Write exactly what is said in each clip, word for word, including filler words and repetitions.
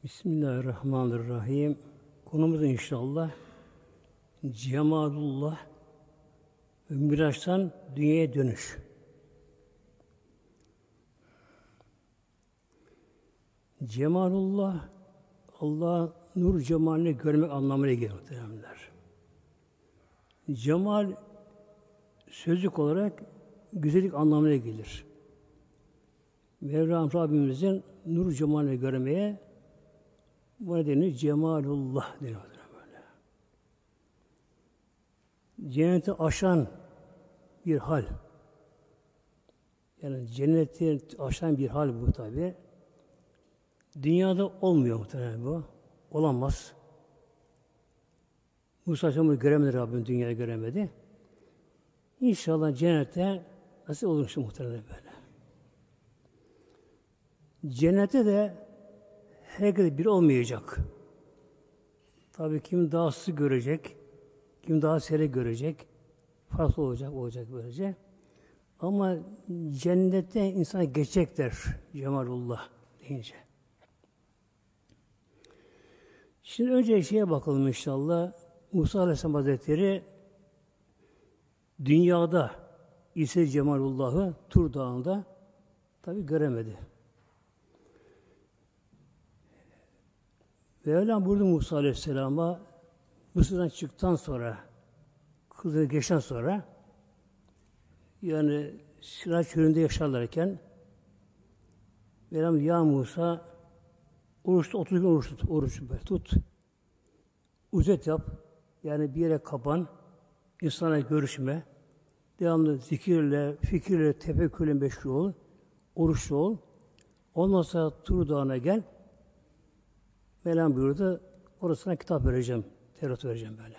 Bismillahirrahmanirrahim. Konumuz inşallah Cemalullah ve Miraç'tan dünyaya dönüş. Cemalullah, Allah nur cemalini görmek anlamına gelir muhtemelenler. Cemal sözlük olarak güzellik anlamına gelir. Mevlam Rabbimizin nur cemalini görmeye bu nedenle Cemalullah deniyor böyle. Cenneti aşan bir hal. Yani cenneti aşan bir hal bu tabi. Dünyada olmuyor muhtemelen bu. Olamaz. Musa Aleyhisselam'ı göremedi Rabbim, dünyayı göremedi. İnşallah cennete nasıl olur muhtemelen böyle. Cennete de herkes bir olmayacak. Tabii kim daha sık görecek, kim daha seri görecek, farklı olacak, olacak böylece. Ama cennette insan geçecekler Cemalullah deyince. Şimdi önce şeye bakalım inşallah. Musa Aleyhisselam Hazretleri dünyada İsa Cemalullah'ı Tur Dağı'nda tabii göremedi. Mevlam buyurdu Musa Aleyhisselam'a Mısır'dan çıktıktan sonra Kızıl'ı geçten sonra yani Sıra çölünde yaşarlarken Mevlam ya Musa oruçta otuz gün oruç tut, oruç tut. Uzet yap. Yani bir yere kapan. İnsana görüşme. Devamlı zikirle, fikirle, tefekkürle meşgul ol. Oruçlu ol. Ondan sonra Tur Dağı'na gel. Mevlam buyurdu. Orasına kitap vereceğim. Tevrat vereceğim böyle.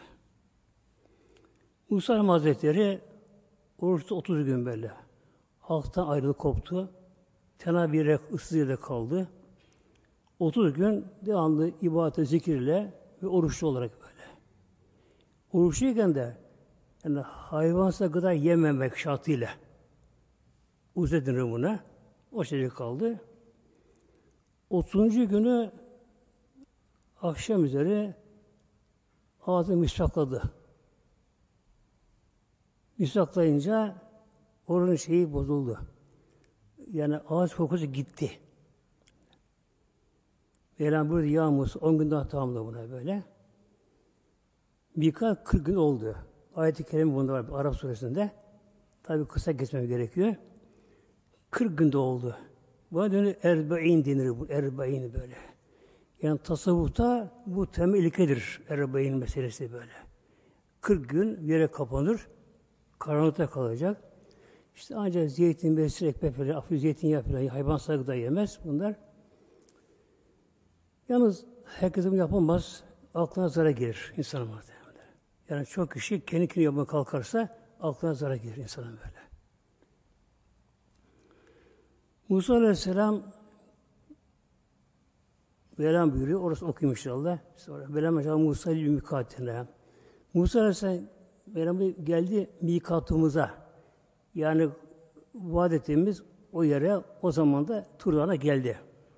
Musa Aleyhisselam Hazretleri oruçta otuz gün böyle. Halktan ayrılık koptu. Fena bir ıssız yerde kaldı. otuz gün devamlı ibadet, zikirle ve oruçlu olarak böyle. Oruçluyken de yani hayvansal gıda yememek şartıyla uzedin buna. O şekilde kaldı. otuzuncu günü akşam üzeri ağzını misvakladı. Misvaklayınca oranın şeyi bozuldu. Yani ağız kokusu gitti. Mevlam buyurdu ya Musa on gün daha tamamla buna böyle. Birkaç kırk gün oldu. Ayet-i Kerime bunda var Arap suresinde. Tabi kısa geçmem gerekiyor. kırk günde oldu. Buna dönüyor erbe'in denir bu. Erbe'in böyle. Yani tasavvufta bu temel ilkedir. Erbe'in meselesi böyle. kırk gün yere kapanır. Karanlıkta kalacak. İşte ancak zeytin, besir, ekmek falan, hafif zeytinyağı falan, hayvansal gıda yemez bunlar. Yalnız herkes bunu yapamaz. Aklına zarar gelir insana muhtemelen. Yani çok kişi kendi kendine yapmaya kalkarsa aklına zarar gelir insana böyle. Musa Aleyhisselam Mevlam buyuruyor. Orası okuyayım inşallah. Sonra Mevlam Aleyhisselam Musa'yı mikatine. Musa Aleyhisselam Mevlam geldi mikatımıza. Yani vaat ettiğimiz o yere o zaman da Tur Dağı'na geldi.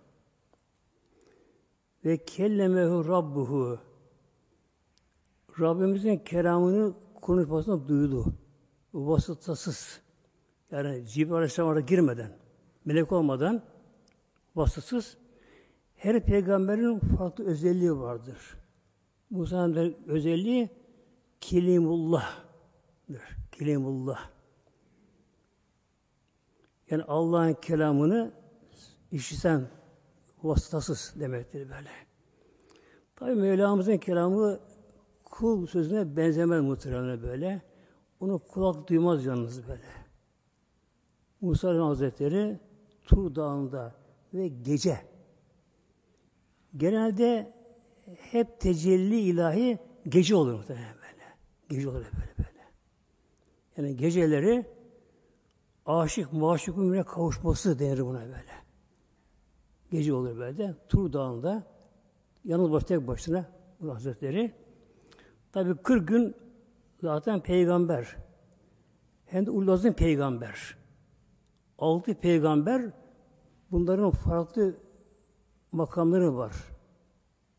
Ve kellemehu rabbuhu. Rabbimizin kelamını konuşmasını duydu. Vasıtasız. Yani Cibril Aleyhisselam'a girmeden, melek olmadan vasıtasız. Her peygamberin farklı özelliği vardır. Musa'nın özelliği Kelimullah'dır. Kelimullah. Yani Allah'ın kelamını işiten vasıtasız demektir böyle. Tabii Mevlamızın kelamı kul sözüne benzemez muhtemelen böyle. Onu kulak duymaz yalnız böyle. Musa Aleyhisselam Hazretleri Tur Dağı'nda ve gece genelde hep tecelli ilahi gece olur muhtemelen böyle. Gece olur böyle böyle. Yani geceleri aşık maşukun birbirine kavuşması denir buna böyle. Gece olur böyle. Tur Dağı'nda yalnız baş tek başına bu Hazretleri. Tabii kırk gün zaten peygamber. Hem de ulazın peygamber. Altı peygamber bunların farklı makamları var.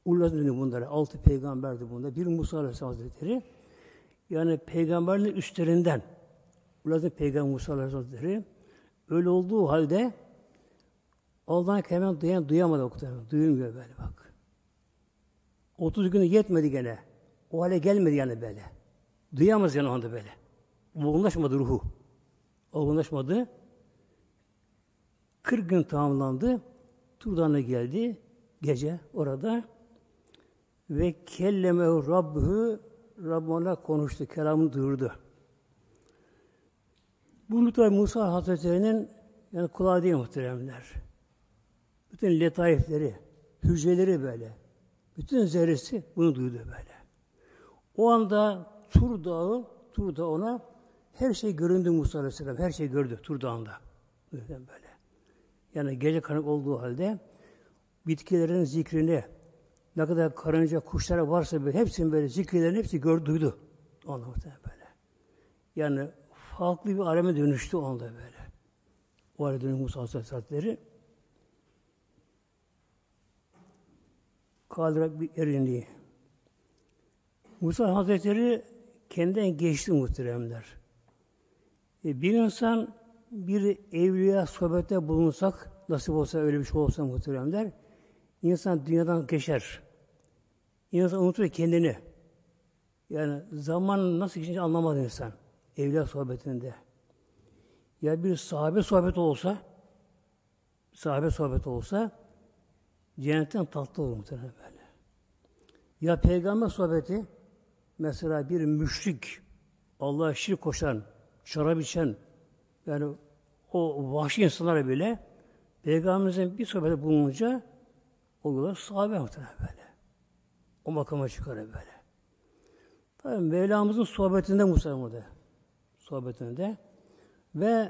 Ulaştı bunlara. Altı peygamberdi bunda. Bir Musa Aleyhisselam Hazretleri. Yani peygamberlerin üstlerinden ulaştı Peygamber Musa Aleyhisselam Hazretleri. Öyle olduğu halde Allah'ın kelamını duyan, duyamadı o kadar. Duyulmuyor böyle bak. otuz günü yetmedi gene. O hale gelmedi yani böyle. Duyamaz yani o anda böyle. Olgunlaşmadı ruhu. Olgunlaşmadı. kırk gün tamamlandı. Tur Dağı'na geldi. Gece orada. Ve kellemehu Rabbuhu, Rabbına konuştu. Kelamını duyurdu. Bunu tabi Musa Hazretleri'nin yani kulağı değil muhteremler. Bütün letaifleri, hücreleri böyle. Bütün zerresi bunu duydu böyle. O anda Tur Dağı, Tur Dağı ona her şey göründü Musa Aleyhisselam. Her şey gördü Tur Dağı'nda. Böyle. Yani gece karanlık olduğu halde bitkilerin zikrini, ne kadar karınca, kuşlara varsa böyle hepsinin böyle zikirlerini hepsi gördü, duydu. Ondan böyle. Yani farklı bir aleme dönüştü onda böyle. O aleme dönüştü Musa Aleyhisselatleri. Kaldırak bir erinliği. Musa Hazretleri kendinden geçti muhteremler. E, bir insan bir evliya sohbette bulunsak, nasip olsa öyle bir şey olsa muhteremler, insan dünyadan geçer. İnsan unutur kendini. Yani zaman nasıl geçince anlamaz insan. Evliya sohbetinde. Ya bir sahabe sohbeti olsa, sahabe sohbeti olsa, cennetten tatlı olur muhtemelen böyle. Ya peygamber sohbeti, mesela bir müşrik, Allah'a şirk koşan, şarap içen, yani o vahşi insanlara bile Peygamberimizin bir sohbeti bulununca oluyorlar sahabe muhtemelen böyle. O makama çıkar böyle. Tabii Mevlamızın sohbetinde muhtemelen sohbetinde ve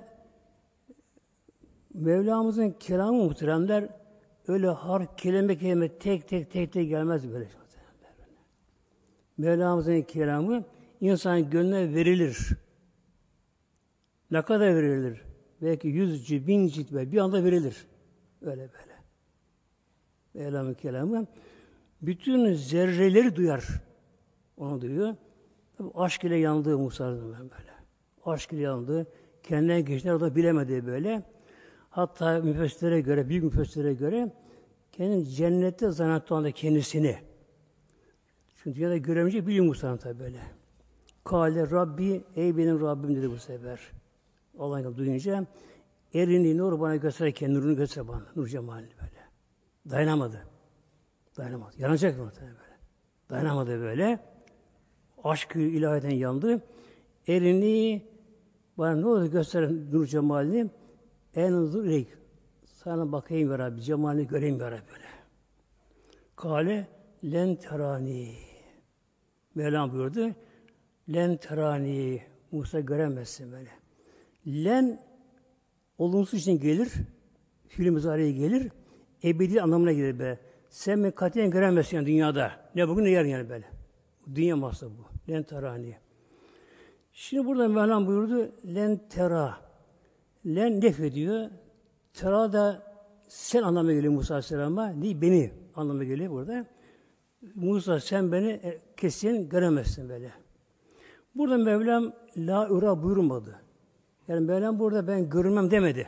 Mevlamızın kelamı muhteremler öyle har kelime kelime tek tek tek tek gelmez böyle. Mevlamızın kelamı insanın gönlüne verilir. Ne kadar verilir? Belki yüz cilt, bin cilt ve bir anda verilir. Öyle böyle. Mevlamızın kelamı bütün zerreleri duyar. Onu duyuyor. Tabii aşk ile yandığı Musa'nın böyle. Aşk ile yandığı, kendine geçtiğini o da bilemediği böyle. Hatta müfessirlere göre, büyük müfessirlere göre kendini cennette zannetti anda kendisini. Çünkü dünyada göremeyecek biliyor Musa'nın tabi böyle. Kâle Rabbi, ey benim Rabbim dedi bu sefer. Allah'ın duyunca erini nur bana gösterirken nurunu göster bana. Nur cemalini böyle. Dayanamadı. Dayanamadı. Yanacak mı böyle? Dayanamadı böyle. Aşkı ilahiden yandı. Erini bana ne olur göster nur cemalini. En zureyk. Sana bakayım ya Rabbi. Cemalini göreyim ya Rabbi böyle. Kâle len terani. Mevlam buyurdu. Len terani. Musa göremezsin böyle. Len olumsuz için gelir. Fiil muzariye gelir. Ebedi anlamına gelir be. Sen beni katiyen göremezsin yani dünyada. Ne bugün ne yarın yani böyle. Dünya mahsası bu. Len terani. Şimdi burada Mevlam buyurdu. Len tera. Len nef ediyor. Tera da sen anlamına geliyor Musa Aleyhisselam'a. Değil beni anlamına geliyor burada. Musa sen beni kesin göremezsin böyle. Burada Mevlam la ura buyurmadı. Yani Mevlam burada ben görünmem demedi.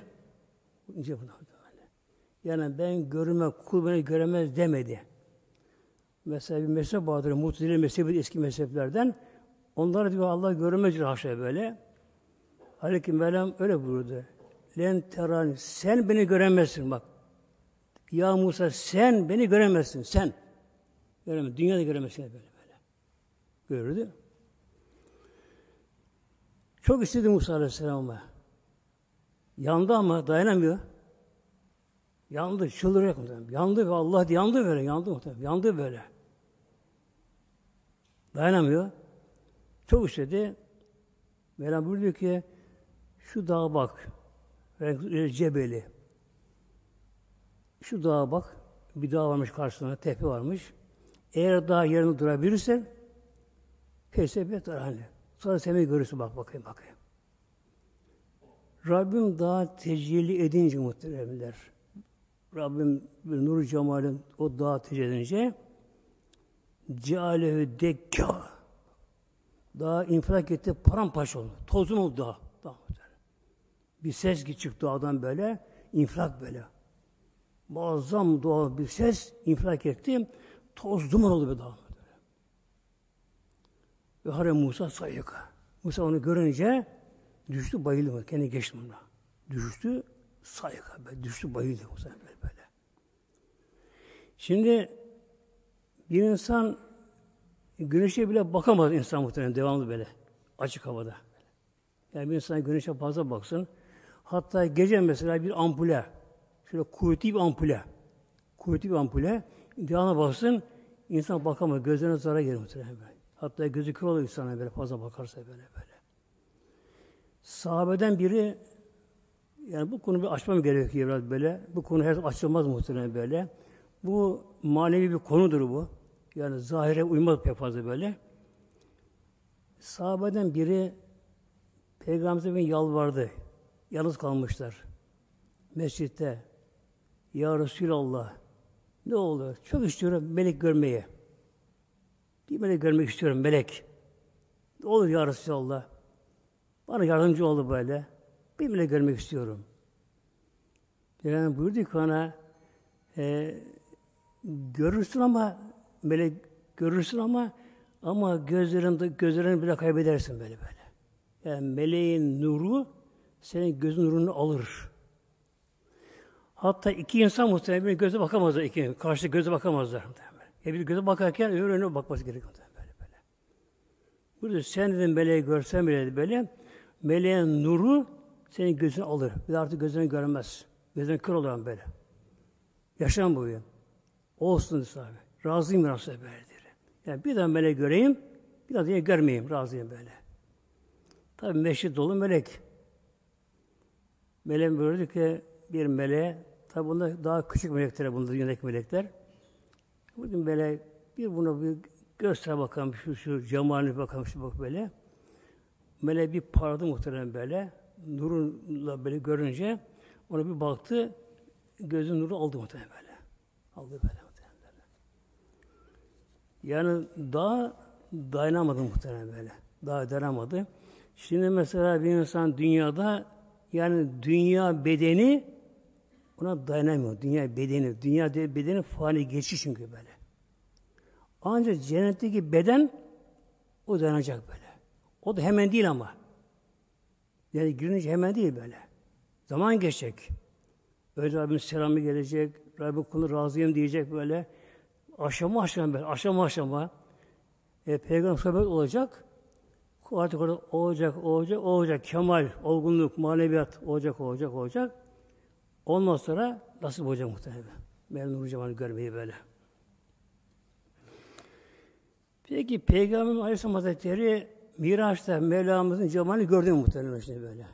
Yani ben görünmem, kul beni göremez demedi. Mesela bir mezhep vardır, Mu'tezile mezhebi eski mezheplerden. Onlara diyor Allah görünmez diyor haşa böyle. Halbuki Mevlam öyle buyurdu. Len terani, sen beni göremezsin bak. Ya Musa sen beni göremezsin, sen. Göremez, dünyada göremezsin böyle böyle. Gördü. Çok istedi Musa Aleyhisselam'a. Yandı ama dayanamıyor. Yandı, çıldıracak muhtemelen. Yandı ve Allah yandı böyle, yandı muhtemelen. Yandı böyle. Dayanamıyor. Çok istedi. Mevlam buyuruyor ki şu dağa bak. Cebeli. Şu dağa bak. Bir dağ varmış karşısında, tepe varmış. Eğer dağ yerinde durabilirsen pesebet hani. Sonra seni görürsün bak bakayım bakayım. Rabbim dağa tecelli edince muhteremler. Rabbim bir nur cemalin o dağa tecelli edince cealehu dekka. Dağ infilak etti, paramparça oldu. Tozun oldu dağ. dağ. Bir ses çıktı dağdan böyle, infilak böyle. Muazzam doğal bir ses infilak etti. Toz duman oldu bir dağ. Ve Hare Musa sayıka. Musa onu görünce düştü, bayıldı. Kendi geçti buna. Düştü, sayıka. Düştü, bayıldı. Musa böyle böyle. Şimdi bir insan güneşe bile bakamaz insan muhtemelen devamlı böyle. Açık havada. Yani bir insan güneşe fazla baksın. Hatta gece mesela bir ampule, şöyle kuvvetli bir ampule, kuvvetli bir ampule, devamlı baksın, insan bakamaz. Gözlerine zarar gelir muhtemelen böyle. Hatta gözü kör olur insana böyle fazla bakarsa böyle böyle. Sahabeden biri, yani bu konuyu bir açmam gerekiyor biraz böyle. Bu konu her zaman açılmaz muhtemelen böyle. Bu manevi bir konudur bu. Yani zahire uymaz pek fazla böyle. Sahabeden biri Peygamber'e yalvardı. Yalnız kalmışlar. Mescitte. Ya Resulallah, ne olur? Çok istiyorum melek görmeyi. Bir melek görmek istiyorum, melek. Ne olur ya Resulallah. Bana yardımcı oldu böyle. Bir melek görmek istiyorum. Yani buyurdu ki ona, e, görürsün ama melek görürsün ama ama gözlerinde gözlerini bile kaybedersin böyle böyle. Yani meleğin nuru senin gözün nurunu alır. Hatta iki insan muhtemelen göze bakamazlar. İki, karşı göze bakamazlar. Ya bir göze bakarken öbür önüne bakması gerekiyor. Böyle böyle. Burada sen dedim meleği görsen bile böyle meleğin nuru senin gözünü alır. Bir de artık gözlerini görmez. Gözlerin kör olur böyle. Yaşam boyu. Olsun sahibi. Razıyım Resulü böyle diyor. Yani bir daha melek göreyim, bir daha diye görmeyeyim. Razıyım böyle. Tabii meşrit dolu melek. Meleğin buyurdu ki bir meleğe, tabii bunlar daha küçük melekler, bunlar dünyadaki melekler. Bugün böyle bir buna bir göster bakalım, şu şu cemalini bakalım, şu bak böyle. Melek bir parladı muhtemelen böyle. Nurunla böyle görünce ona bir baktı, gözün nuru aldı muhtemelen böyle. Aldı böyle muhtemelen böyle. Yani daha dayanamadı muhtemelen böyle. Daha dayanamadı. Şimdi mesela bir insan dünyada, yani dünya bedeni ona dayanamıyor. Dünya bedeni, dünya bedeni fani geçiş çünkü böyle. Ancak cennetteki beden o dayanacak böyle. O da hemen değil ama. Yani girince hemen değil böyle. Zaman geçecek. Öyle Rabbim selamı gelecek, Rabbim kulu razıyım diyecek böyle. Aşama aşama böyle, aşama aşama. E, Peygamber sohbet olacak. Artık orada olacak, olacak, olacak. Kemal, olgunluk, maneviyat olacak, olacak, olacak. Ondan sonra nasip olacak muhtemelen. Mevlam Nur Cemal'i görmeyi böyle. Peki Peygamber Aleyhisselam Hazretleri Miraç'ta Mevlamızın cemalini gördü mü muhtemelen işte böyle.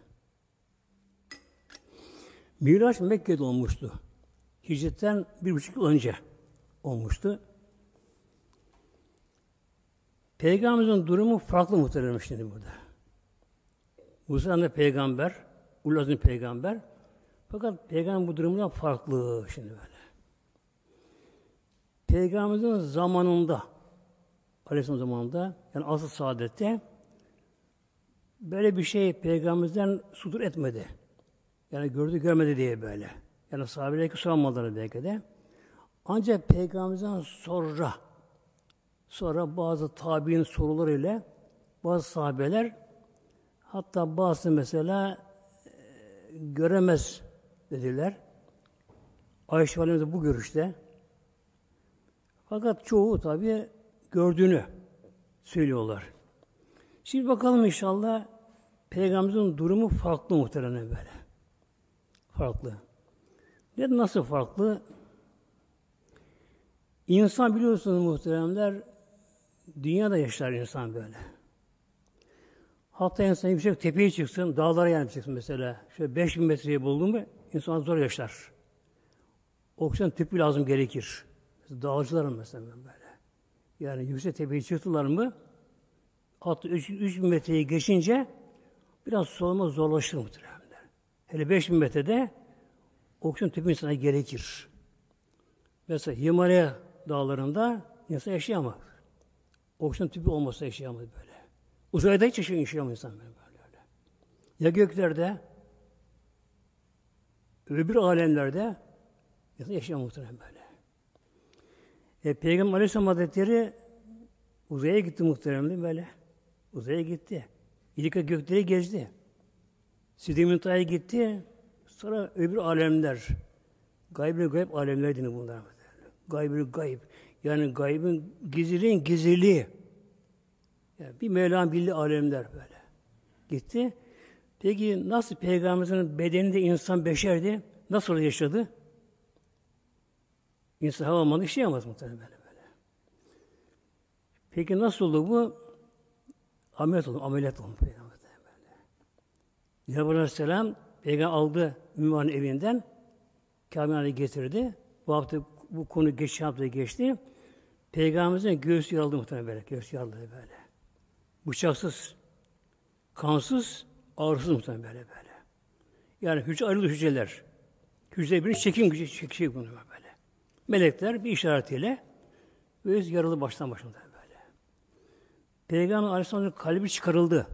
Miraç Mekke'de olmuştu. Hicretten bir buçuk yıl önce olmuştu. Peygamberimizin durumu farklı muhtemelen şimdi burada. Musa da peygamber, Ulaz'ın peygamber. Fakat peygamber bu durumundan farklı şimdi böyle. Peygamberimizin zamanında, Aleyhisselam zamanında, yani asıl saadette böyle bir şey peygamberimizden sudur etmedi. Yani gördü görmedi diye böyle. Yani sahabeler sormadılar belki de. Ancak peygamberimizden sonra sonra bazı tabi'in sorularıyla bazı sahabeler, hatta bazı mesela e, göremez dediler. Ayşe Validemiz de bu görüşte. Fakat çoğu tabi gördüğünü söylüyorlar. Şimdi bakalım inşallah Peygamberimizin durumu farklı muhtemelen böyle. Farklı. Ne, nasıl farklı? İnsan biliyorsunuz muhteremler, dünyada yaşar insan böyle. Hatta insan yüksek tepeye çıksın, dağlara yani çıksın mesela. Şöyle beş bin metreyi buldun mu, insan zor yaşar. Oksijen tüpü lazım gerekir. Dağcıların mesela böyle. Yani yüksek tepeye çıktılar mı, hatta üç bin metreyi geçince biraz soluma zorlaşır muhtemelen. Hele beş bin metrede oksijen tüpü insana gerekir. Mesela Himalaya dağlarında insan yaşayamaz. Oksijen tüpü olmasa yaşayamaz böyle. Uzayda hiç yaşayamaz insan böyle, böyle. Ya göklerde, öbür alemlerde yaşayamaz muhtemelen böyle. E, Peygamber Aleyhisselam Hazretleri uzaya gitti muhtemelen böyle. Uzaya gitti. İlk gökleri gezdi. Sidri Müntaha'ya gitti. Sonra öbür alemler, gayb-ı gayb alemler deniyor bunlar. Gayb-ı gayb. Yani gaybın gizliliğin gizliliği. Yani bir Mevla'nın bildiği alemler böyle. Gitti. Peki nasıl Peygamberimizin bedeninde insan beşerdi? Nasıl yaşadı? İnsan havalamanı yaşayamaz muhtemelen böyle, böyle. Peki nasıl oldu bu? Ameliyat oldu. Ameliyat oldu Peygamber böyle. Cebrail Aleyhisselam Peygamber aldı Ümmühan'ın evinden Kabe'ye getirdi. Bu hafta bu konu geçen hafta geçti. Peygamberimizin göğsü yarıldı muhtemelen böyle. Göğsü yarıldı böyle. Bıçaksız, kansız, ağrısız muhtemelen böyle böyle. Yani hücre ayrıldı hücreler. Hücre birini çekim gücü çekecek bunu böyle. Melekler bir işaretiyle göğüs yarılı baştan başına böyle. Peygamber Aleyhisselam'ın kalbi çıkarıldı.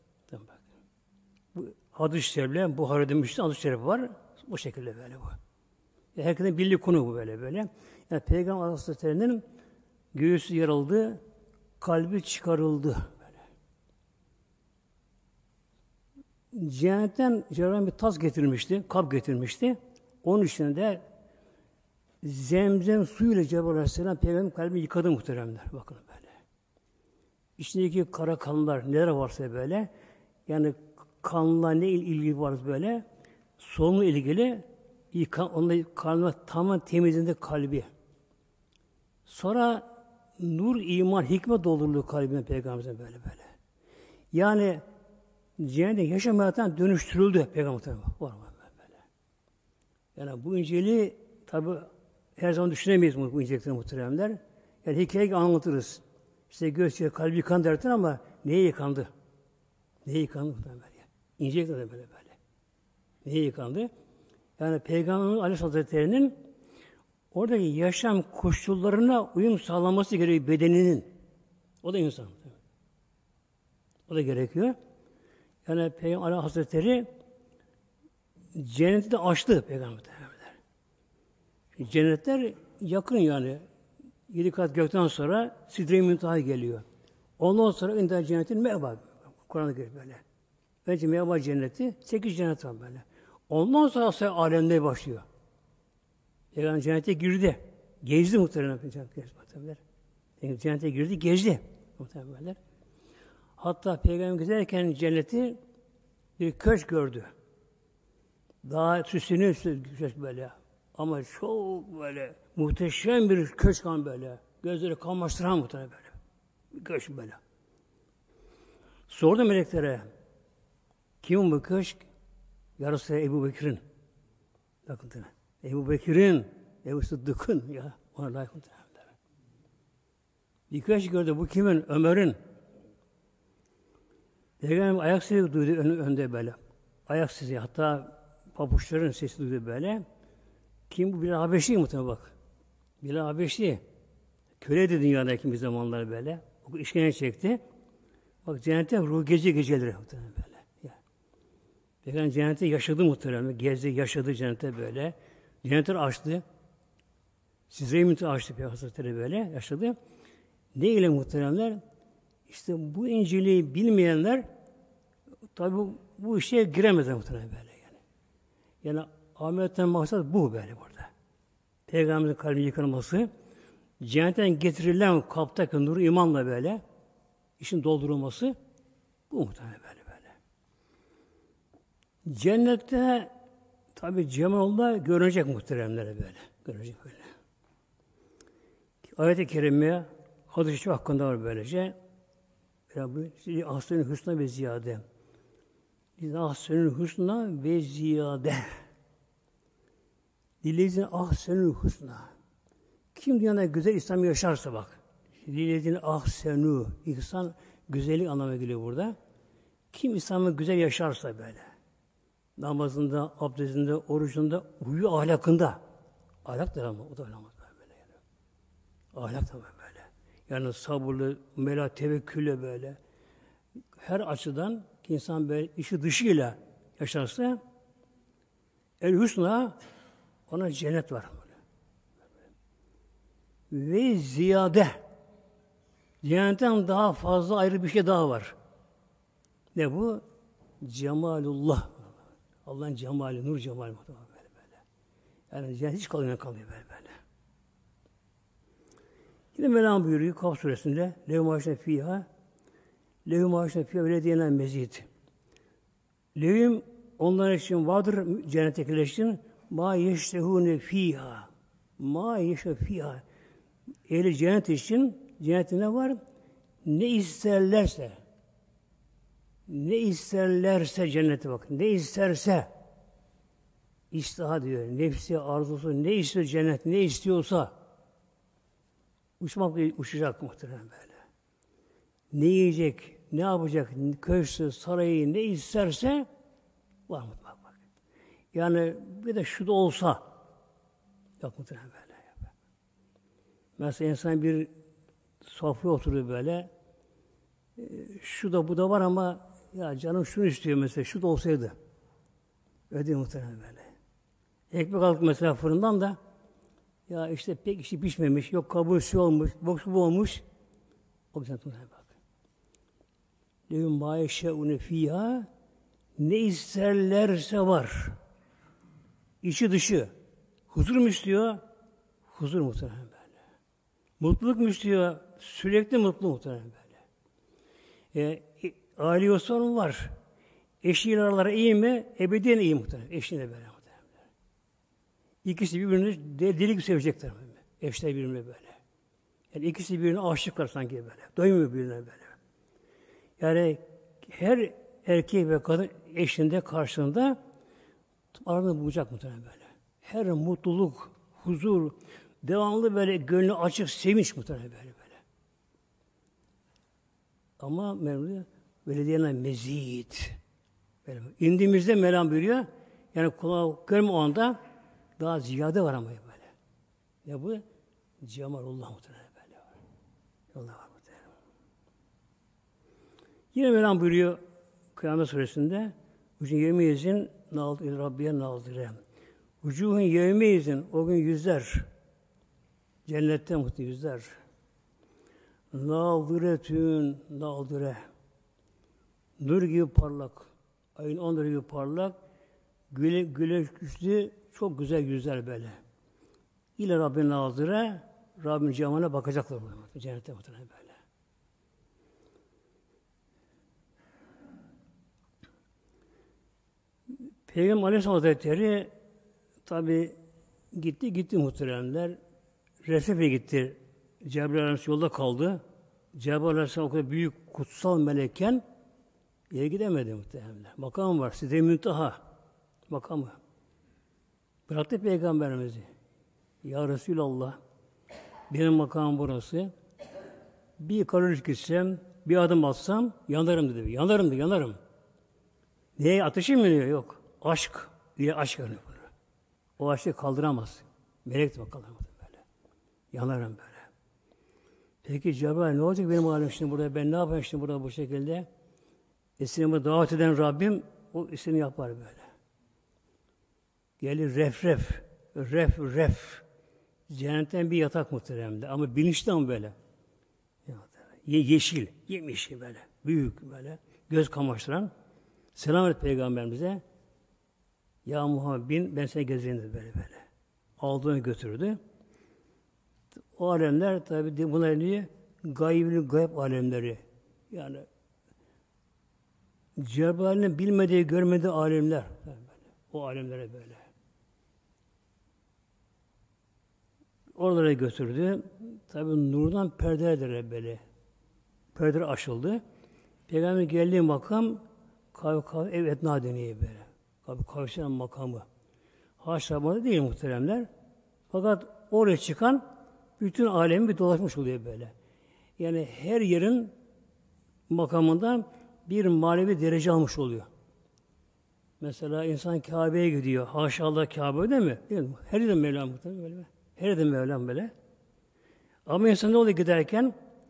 Bu hadis-i şerifle, Buhari'de Müslim hadis-i şerifi var. Bu şekilde böyle bu. Herkesin bildiği konu bu böyle böyle. Yani Peygamber Aleyhisselam'ın göğüsü yarıldı, kalbi çıkarıldı böyle. Cennetten Cebrail bir tas getirmişti, kap getirmişti. Onun içinde zemzem suyuyla Cebrail Aleyhisselam Peygamber'in kalbini yıkadı muhteremler. Bakın böyle. İçindeki kara kanlar neler varsa böyle, yani kanla ne ilgili var böyle, solunumla ilgili yıkan, onunla kalbi tamamen temizledi kalbi. Sonra nur, iman, hikmet dolduruluyor kalbine Peygamber'e böyle böyle. Yani cennette yaşam hayatından dönüştürüldü Peygamber'e. Var mı böyle? Yani bu inceliği tabi her zaman düşünemeyiz bu incelikleri muhteremler. Yani hikayeyi anlatırız. İşte göğsüyle kalbi yıkan derler ama neye yıkandı? Neye yıkandı muhteremler? İncelikler de böyle böyle. Neye yıkandı? Yani Peygamber Aleyhisselatü Hazretleri'nin oradaki yaşam koşullarına uyum sağlaması gerekiyor bedeninin. O da insan. O da gerekiyor. Yani Peygamber Aleyhisselatü Hazretleri cenneti de açtı Peygamber. Cennetler yakın yani. Yedi kat gökten sonra Sidre-i Müntaha geliyor. Ondan sonra İndar cennetin meva. Kur'an'da geliyor böyle. Önce meva cenneti, sekiz cennet var böyle. Ondan sonra aslında alemde başlıyor. Peygamber cennete girdi. Gezdi muhtemelen. Peygamber cennete girdi, gezdi muhtemelen. Hatta Peygamber gezerken cenneti bir köşk gördü. Daha süsleniyor köşk böyle. Ama çok böyle muhteşem bir köşk kan böyle. Gözleri kamaştıran muhtemelen böyle. Bir köşk böyle. Sordu meleklere. Kim bu köşk? Yarısı Ebu Bekir'in. Bakın Ebu Bekir'in, Ebu Sıddık'ın ya ona layık muhtemelen. Bir köşk gördü. Bu kimin? Ömer'in. Peygamber ayak sesi duydu ön, önde böyle. Ayak sesi. Hatta pabuçların sesi duydu böyle. Kim bu? Bilal Habeşi muhtemelen bak. Bilal Habeşi. Köleydi dünyadaki bir zamanlar böyle. O işkence çekti. Bak cennette ruh gece geceleri muhtemelen böyle. Yani. Peygamber cennette yaşadı muhtemelen. Gezdi, yaşadı cennette böyle. Cennetleri açtı. Sidre-i Müntaha açtı Peygamber Hazretleri böyle. Yaşadı. Ne ile muhteremler? İşte bu İncil'i bilmeyenler tabi bu, bu işe giremezler muhtemelen böyle yani. Yani ameliyetten maksat bu böyle burada. Peygamberin kalbinin yıkanması, cennetten getirilen kaptaki nuru imanla böyle işin doldurulması bu muhtemelen böyle böyle. Cennette tabi cemalullah görünecek muhteremlere böyle. Görecek böyle. Ayet-i Kerime hadis-i hakkında var böylece. Rabbi ahsenül husna ve ziyade. Ahsenül husna ve ziyade. Dilediğin ahsenül husna. Kim dünyada güzel İslam yaşarsa bak. Dilediğin ahsenü. İhsan güzellik anlamına geliyor burada. Kim İslam'ı güzel yaşarsa böyle. Namazında, abdestinde, orucunda, huyu ahlakında. Ahlak da ama o da önemli böyle yani. Ahlak da böyle. Yani sabırlı, mela, tevekkülle böyle. Her açıdan ki insan böyle işi dışıyla yaşarsa el husna ona cennet var. Böyle. Ve ziyade cennetten daha fazla ayrı bir şey daha var. Ne bu? Cemalullah. Allah'ın cemali, nur cemali böyle böyle. Yani cennet hiç kalmıyor kalmıyor böyle böyle. Yine Mevlam buyuruyor Kaf suresinde lev maaşne fiha lev maaşne fiha öyle diyenen mezid. Levim onlar için vardır cennettekiler için ma yeştehune fiha ma yeşte fiha ehli cennet için cennetinde var ne isterlerse ne isterlerse cennete bak ne isterse İştaha diyor. Nefsi, arzusu ne istiyor cennet, ne istiyorsa uçmak uçacak muhtemelen böyle. Ne yiyecek, ne yapacak, köşkü, sarayı ne isterse var mı bak bak. Yani bir de şu da olsa yok muhtemelen böyle. Mesela insan bir sofraya oturuyor böyle şu da bu da var ama ya canım şunu istiyor mesela şu da olsaydı. Öyle değil muhtemelen böyle. Ekmek aldık mesela fırından da ya işte pek işi pişmemiş, yok kabuğu şu olmuş, boşu bu olmuş. O güzel tutmaya bak. Lehum mâ yeşeûne fîhâ ne isterlerse var. İçi dışı. Huzur mu istiyor? Huzur muhtemelen böyle. Mutluluk mu istiyor? Sürekli mutlu muhtemelen böyle. E, aile yoksa var. Eşiyle araları iyi mi? Ebediyen iyi muhtemelen. Eşiyle böyle muhtemelen. İkisi birbirini deli sevecekler. Eşler birbirine böyle. Yani ikisi birbirine aşıklar sanki böyle. Doymuyor birbirine böyle. Yani her erkek ve kadın eşinde karşısında aranı bulacak muhtemelen böyle. Her mutluluk, huzur, devamlı böyle gönlü açık, sevinç muhtemelen böyle böyle. Ama Mevla böyle diyene mezid. Böyle. İndiğimizde Mevlam buyuruyor. Yani kulağı görme o anda daha ziyade var ama böyle. Ne bu? Cemalullah muhtemelen böyle var. Allah var muhtemelen. Yine Mevlam buyuruyor Kıyamet Suresi'nde Ucun yevmeyizin nâldîr Rabbiye nâldîre. Ucuhun yevmeyizin o gün yüzler cennette mutlu yüzler. Nâldîretün nâldîre. Nur gibi parlak. Ayın on nuru gibi parlak. Güle, güleş güçlü çok güzel yüzler böyle. İle Rabbin nâldîre Rabbin cemaline bakacaklar burada. Cennette muhtemelen böyle. Peygamber Aleyhisselam Hazretleri tabi gitti gitti muhteremler. Resef'e gitti. Cebrail Aleyhisselam yolda kaldı. Cebrail Aleyhisselam o kadar büyük kutsal melekken yere gidemedi muhteremler. Makam var. Sidre-i Münteha makamı. Bıraktı Peygamberimizi. Ya Resulallah benim makamım burası. Bir kalori gitsem, bir adım atsam yanarım dedi. Yanarım dedi, yanarım. Neye ateşim mi diyor? Yok. Aşk. İle aşk yanıyor bunu. O aşkı kaldıramaz. Melek de kaldıramaz böyle. Yanarım böyle. Peki Cebrail ne olacak benim halim şimdi burada? Ben ne yapayım şimdi burada bu şekilde? İslam'ı davet eden Rabbim o işini yapar böyle. Gelir ref ref. Ref ref. Cennetten bir yatak muhteremde. Ama bilinçli ama böyle. Ye yeşil. Yemişi böyle. Büyük böyle. Göz kamaştıran. Selam et Peygamberimize. Ya Muhammed bin ben seni gezeyim dedi böyle böyle. Aldığını götürdü. O alemler tabi bunlar niye? Gaybinin gayb alemleri. Yani Cebrail'in bilmediği, görmediği alemler. Yani böyle. O alemlere böyle. Oralara götürdü. Tabi nurdan perdeler böyle. Perdeler açıldı. Peygamber geldiği makam kav kav ev etna deniyor böyle. Kav kavşayan makamı. Haşa bana değil muhteremler. Fakat oraya çıkan bütün alemi bir dolaşmış oluyor böyle. Yani her yerin makamından bir manevi derece almış oluyor. Mesela insan Kabe'ye gidiyor. Haşa Allah Kabe değil mi? Değil mi? Her yerden Mevlam muhtemelen böyle. Her yerden Mevlam böyle. Ama insan ne oluyor giderken?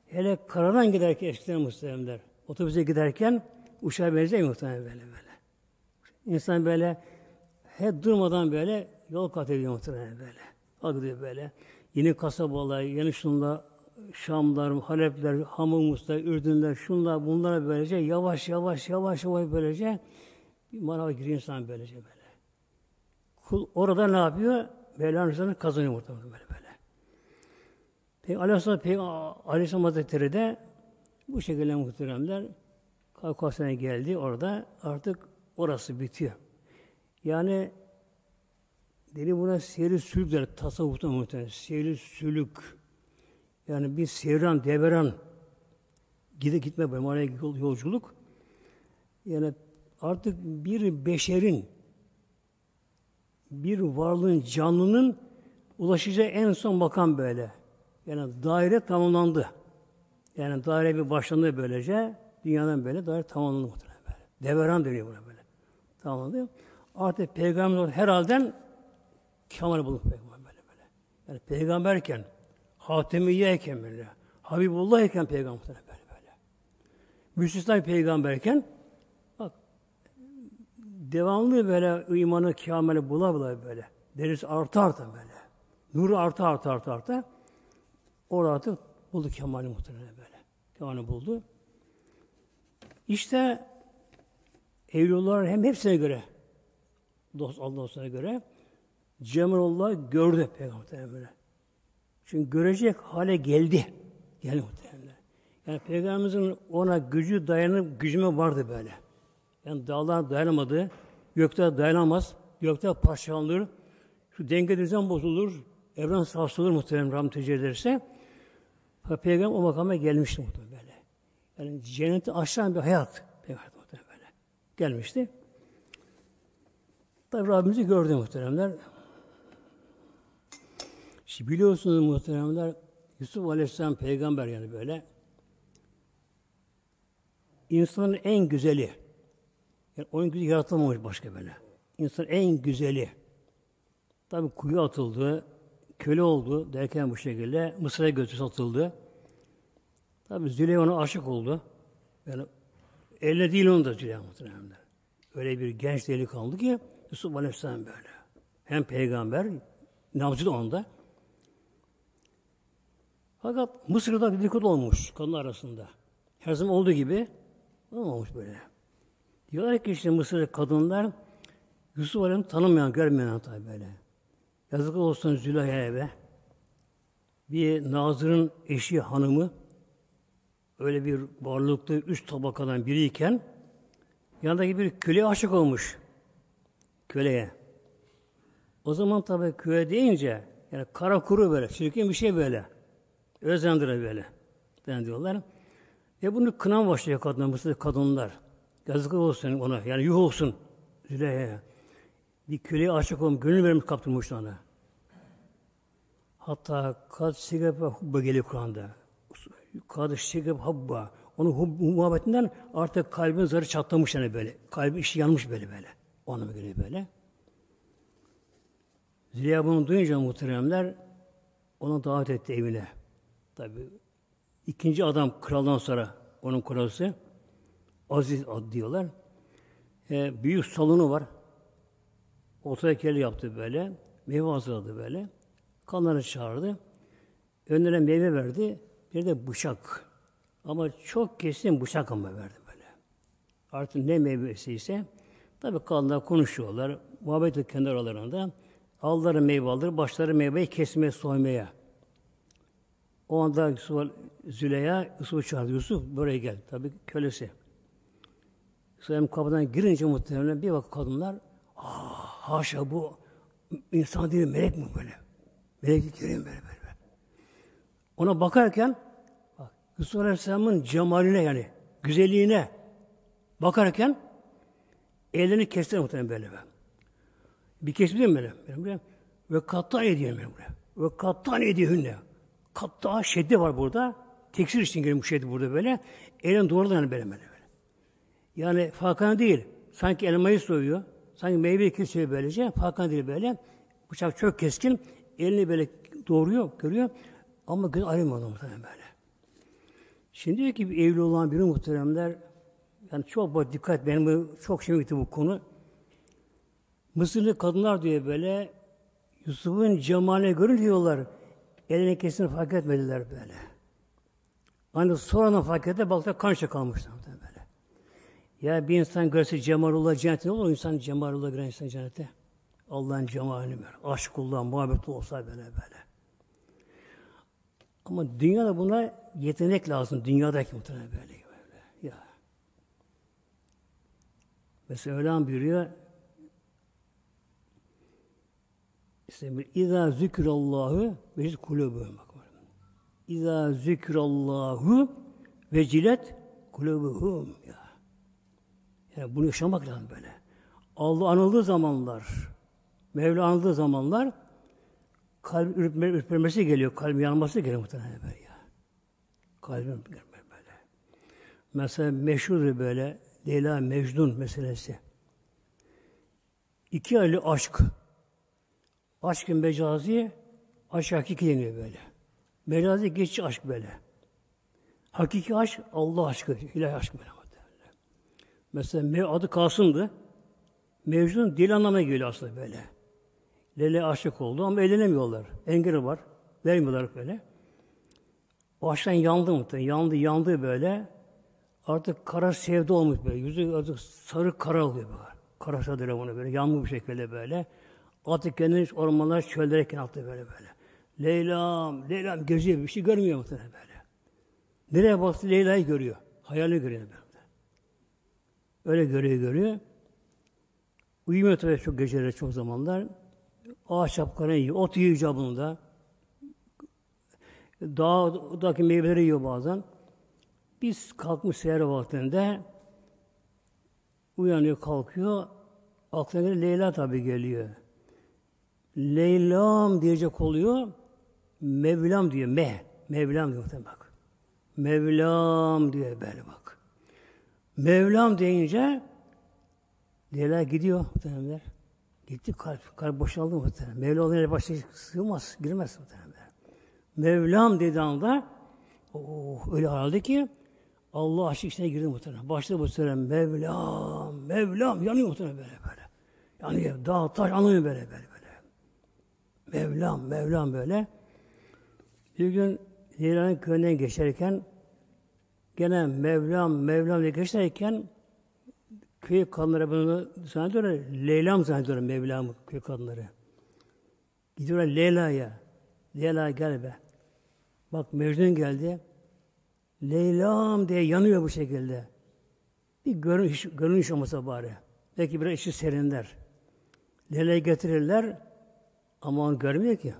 Hele karadan giderken eskiden muhteremler, otobüse giderken uçağa benzemiyor muhterem böyle böyle. İnsan böyle hep durmadan böyle yol kat ediyor muhterem böyle. Akıyor böyle. Yeni kasabalar, yeni şunlar, Şamlar, Halepler, Hamumuslar, Ürdünler, şunlar, bunlara böylece yavaş yavaş yavaş yavaş böylece bir manava giriyor insan böylece böyle. Kul orada ne yapıyor? Mevlana Rıza'nı kazanıyor muhtemelen böyle böyle. Peki Aleyhisselam, Peygamber Aleyhisselam Hazretleri de bu şekilde muhteremler Kavkasyan'a geldi. Orada artık orası bitiyor. Yani deli buna seyri sülük der. Tasavvufta muhtemelen. Seyri sülük. Yani bir seyran, deveran gide gitme böyle oraya yolculuk. Yani artık bir beşerin bir varlığın, canlının ulaşacağı en son makam böyle. Yani daire tamamlandı. Yani daire bir başlandı böylece. Dünyadan böyle daire tamamlandı muhtemelen böyle. Deveran dönüyor buna böyle. Tamamlandı. Artık Peygamber herhalde kemal bulur Peygamber böyle böyle. Yani peygamberken, Hatemiyeyken böyle, Habibullah iken Peygamber böyle böyle. Müslüman peygamberken bak devamlı böyle imanı, kâmeli bula bula böyle. Derisi arta arta böyle. Nuru arta arta arta arta. Orada artık buldu kemali muhtemelen böyle. Kemali buldu. İşte Evliyaullah hem hepsine göre dost Allah dostuna göre Cemalullah gördü Peygamber böyle. Çünkü görecek hale geldi. Yani muhtemelen. Yani Peygamberimizin ona gücü dayanıp gücüme vardı böyle. Yani dağlar dayanamadı. Gökte dayanamaz. Gökte parçalanır. Şu denge düzen bozulur. Evren sarsılır muhtemelen rahmet ederse. Peygamber o makama gelmişti muhtemelen böyle. Yani cenneti aşan bir hayat Peygamber muhtemelen böyle. Gelmişti. Tabi Rabbimizi gördü muhteremler. Şimdi biliyorsunuz muhteremler Yusuf Aleyhisselam peygamber yani böyle. İnsanın en güzeli. Yani onun güzeli yaratılmamış başka böyle. İnsanın en güzeli. Tabi kuyu atıldı, köle oldu derken bu şekilde Mısır'a götürü satıldı. Tabi Züleyha ona aşık oldu. Yani eline değil onu da Züleyha muhteremler. Öyle bir genç delikanlı ki Yusuf Aleyhisselam böyle. Hem peygamber, nabzı da onda. Fakat Mısır'da bir dedikodu olmuş kadınlar arasında. Her zaman olduğu gibi olmamış böyle. Diyorlar ki işte Mısır'da kadınlar Yusuf Aleyhisselam'ı tanımayan, görmeyen tabi böyle. Yazık olsun Züleyha'ya be. Bir Nazır'ın eşi hanımı öyle bir varlıklı üst tabakadan biriyken yanındaki bir köleye aşık olmuş. Köleye. O zaman tabi köle deyince yani kara kuru böyle, çirkin bir şey böyle. Özendire böyle. Ben diyorlar. Ve bunu kınan başlıyor kadınlar, Mısır'da kadınlar. Yazık olsun ona, yani yuh olsun Züleyha'ya. Bir köleye aşık olmuş, gönül vermiş kaptırmış ona. Hatta kad şigab hubba geliyor Kur'an'da. Kad şigab hubba. Onun hub, muhabbetinden artık kalbin zarı çatlamış yani böyle. Kalbi işi yanmış böyle böyle. O anlamı geliyor böyle. Züleyha bunu duyunca muhteremler ona davet etti evine. Tabii ikinci adam kraldan sonra onun kraliçesi Aziz ad diyorlar. Ee, büyük salonu var. Ortaya kelle yaptı böyle. Meyve hazırladı böyle. Kanları çağırdı. Önlerine meyve verdi. Bir de bıçak. Ama çok kesin bıçak ama verdi böyle. Artık ne meyvesi ise tabii kanlar konuşuyorlar. Muhabbet ediyor kendi aralarında. Alları meyve alır, başları meyveyi kesmeye, soymaya. O anda Yusuf, Züleyha Yusuf'u çağırdı. Yusuf buraya gel. Tabii kölesi. Yusuf'un kapıdan girince muhtemelen bir bak kadınlar ah, haşa bu insan değil melek mi böyle? Melek göreyim böyle böyle. Ona bakarken bak, Yusuf Aleyhisselam'ın cemaline yani güzelliğine bakarken ellerini kestiler muhtemelen böyle. Bir kesmedi mi böyle? böyle? Ve katta ediyor böyle. Ve kattan ediyehünne. Katta şeddi var burada. Teksir için gelmiş şeddi burada böyle. Elin doğrudan yani böyle böyle. Yani farkına değil. Sanki elmayı soyuyor. Sanki meyveyi kesiyor böylece. Farkına değil böyle. Bıçak çok keskin. Elini böyle doğruyor, görüyor. Ama göz ayrılmıyor muhtemelen böyle. Şimdi diyor ki bir evli olan biri muhteremler, yani çok bak dikkat, benim bu- çok şey gitti bu konu. Mısırlı kadınlar diyor böyle, Yusuf'un cemalini görünce diyorlar, eline kesin fark etmediler böyle. Hani sonradan fark ettiler, baktılar kan kalmışlar böyle. Ya bir insan görse cemalullah cennetine olur, o insan cemalullah gören insan cennete. Allah'ın cemalini ver. Aşkullah, muhabbet olsa böyle böyle. Ama dünyada buna yetenek lazım. Dünyadaki muhtemelen böyle. böyle. Ya. Mesela öyle buyuruyor. İşte İzâ zükrallâhu vecid kulûbuhum. İzâ zükrallâhu vecilet kulûbuhum. Ya. Yani bunu yaşamak lazım böyle. Allah anıldığı zamanlar, Mevla anıldığı zamanlar kalp ürperme, ürpermesi geliyor, kalbin yanması geliyor muhtemelen böyle ya. Kalbin ürperme böyle. Mesela meşhurdur böyle Leyla Mecnun meselesi. İki aylı aşk. Aşk-ı mecazi, aşk hakiki deniyor böyle. Mecazi geçici aşk böyle. Hakiki aşk Allah aşkı, ilahi aşkı böyle. Mesela adı Kasım'dı. Mecnun dil anlamına geliyor aslında böyle. Leyla aşık oldu ama eğlenemiyorlar. Engeli var. Vermiyorlar böyle. O aşktan yandı muhtemelen. Yandı, yandı böyle. Artık kara sevda olmuş böyle. Yüzü artık sarı kara oluyor böyle. Kara sarı bunu böyle. Yanmış bir şekilde böyle. Artık kendini ormanlar çöllerken attı böyle böyle. Leyla'm, Leyla'm geziyor. Bir şey görmüyor muhtemelen böyle. Nereye baktı Leyla'yı görüyor. Hayalini görüyor böyle. Öyle görüyor, görüyor. Uyumuyor tabii çok geceleri, çok zamanlar. Ağaç yapraklarını yiyor, ot yiyor icabında. Dağdaki meyveleri yiyor bazen. Biz kalkmış seher vaktinde uyanıyor, kalkıyor. Aklına göre Leyla tabii geliyor. Leyla'm diyecek oluyor. Mevlam diyor. Me. Mevlam diyor. Bak. Mevlam diyor böyle bak. Mevlam deyince Leyla gidiyor muhtemelenler. Gitti kalp. Kalp boşaldı muhtemelen. Mevla olunca başına sığmaz. Girmez muhtemelen. Mevlam dediği anda oh, öyle herhalde ki Allah aşkı içine girdi muhtemelen. Başta bu süre Mevlam, Mevlam yanıyor muhtemelen böyle böyle. Yanıyor. Dağ, taş anlıyor böyle böyle böyle. Mevlam, Mevlam böyle. Bir gün Leyla'nın köyünden geçerken gene Mevlam, Mevlam diye geçerken köy kadınları bunu zannediyorlar, Leyla'm zannediyorlar Mevlam'ı köy kadınları. Gidiyorlar Leyla'ya. Leyla gel be. Bak Mecnun geldi. Leyla'm diye yanıyor bu şekilde. Bir görünüş, görünüş olmasa bari. Belki biraz içi serinler. Leyla'yı getirirler ama onu görmüyor ki.